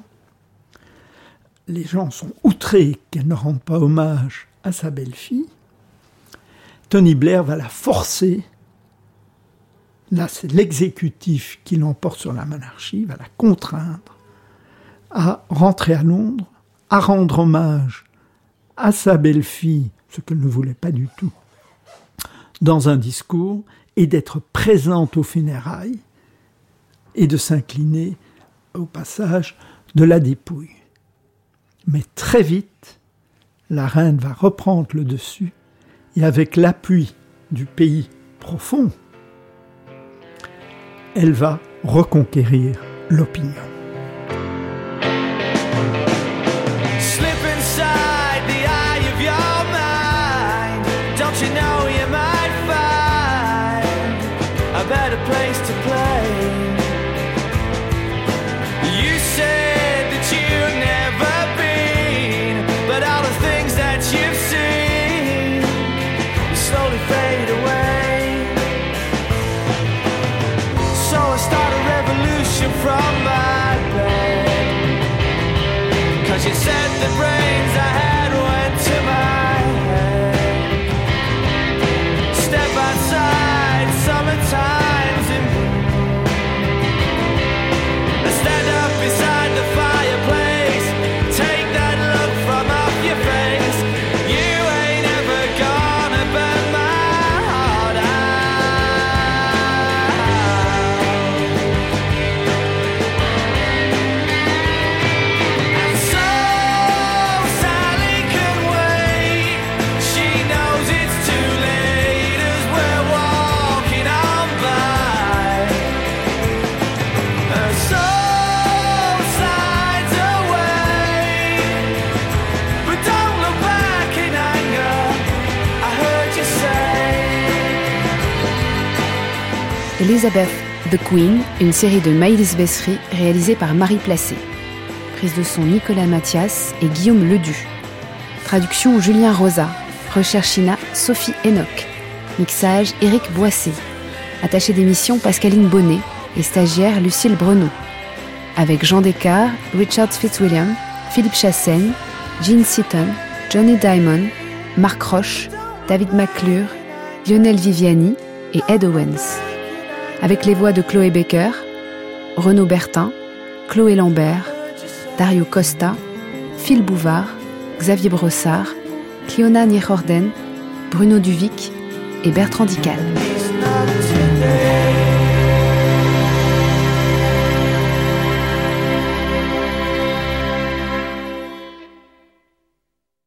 Les gens sont outrés qu'elle ne rende pas hommage à sa belle-fille. Tony Blair va la forcer. Là, c'est l'exécutif qui l'emporte sur la monarchie, va la contraindre à rentrer à Londres, à rendre hommage à sa belle-fille, ce qu'elle ne voulait pas du tout, dans un discours, et d'être présente aux funérailles et de s'incliner au passage de la dépouille. Mais très vite, la reine va reprendre le dessus et avec l'appui du pays profond, elle va reconquérir l'opinion. Place to play. You said that you'd never been, but all the things that you've seen slowly fade away. So I start a revolution from my bed, 'cause you said the brains I had went to my head. Step outside, summertime. Elizabeth the Queen, une série de Maïlis Bessery réalisée par Marie Placé. Prise de son Nicolas Mathias et Guillaume Ledu. Traduction Julien Rosa. Recherche INA Sophie Enoch. Mixage Éric Boissé. Attachée d'émission Pascaline Bonnet et stagiaire Lucille Brenon. Avec Jean Descartes, Richard Fitzwilliam, Philippe Chassaigne, Jean Seaton, Johnny Diamond, Marc Roche, David McClure, Lionel Viviani et Ed Owens. Avec les voix de Chloé Baker, Renaud Bertin, Chloé Lambert, Dario Costa, Phil Bouvard, Xavier Brossard, Cléona Niechorden, Bruno Duvic et Bertrand Dical.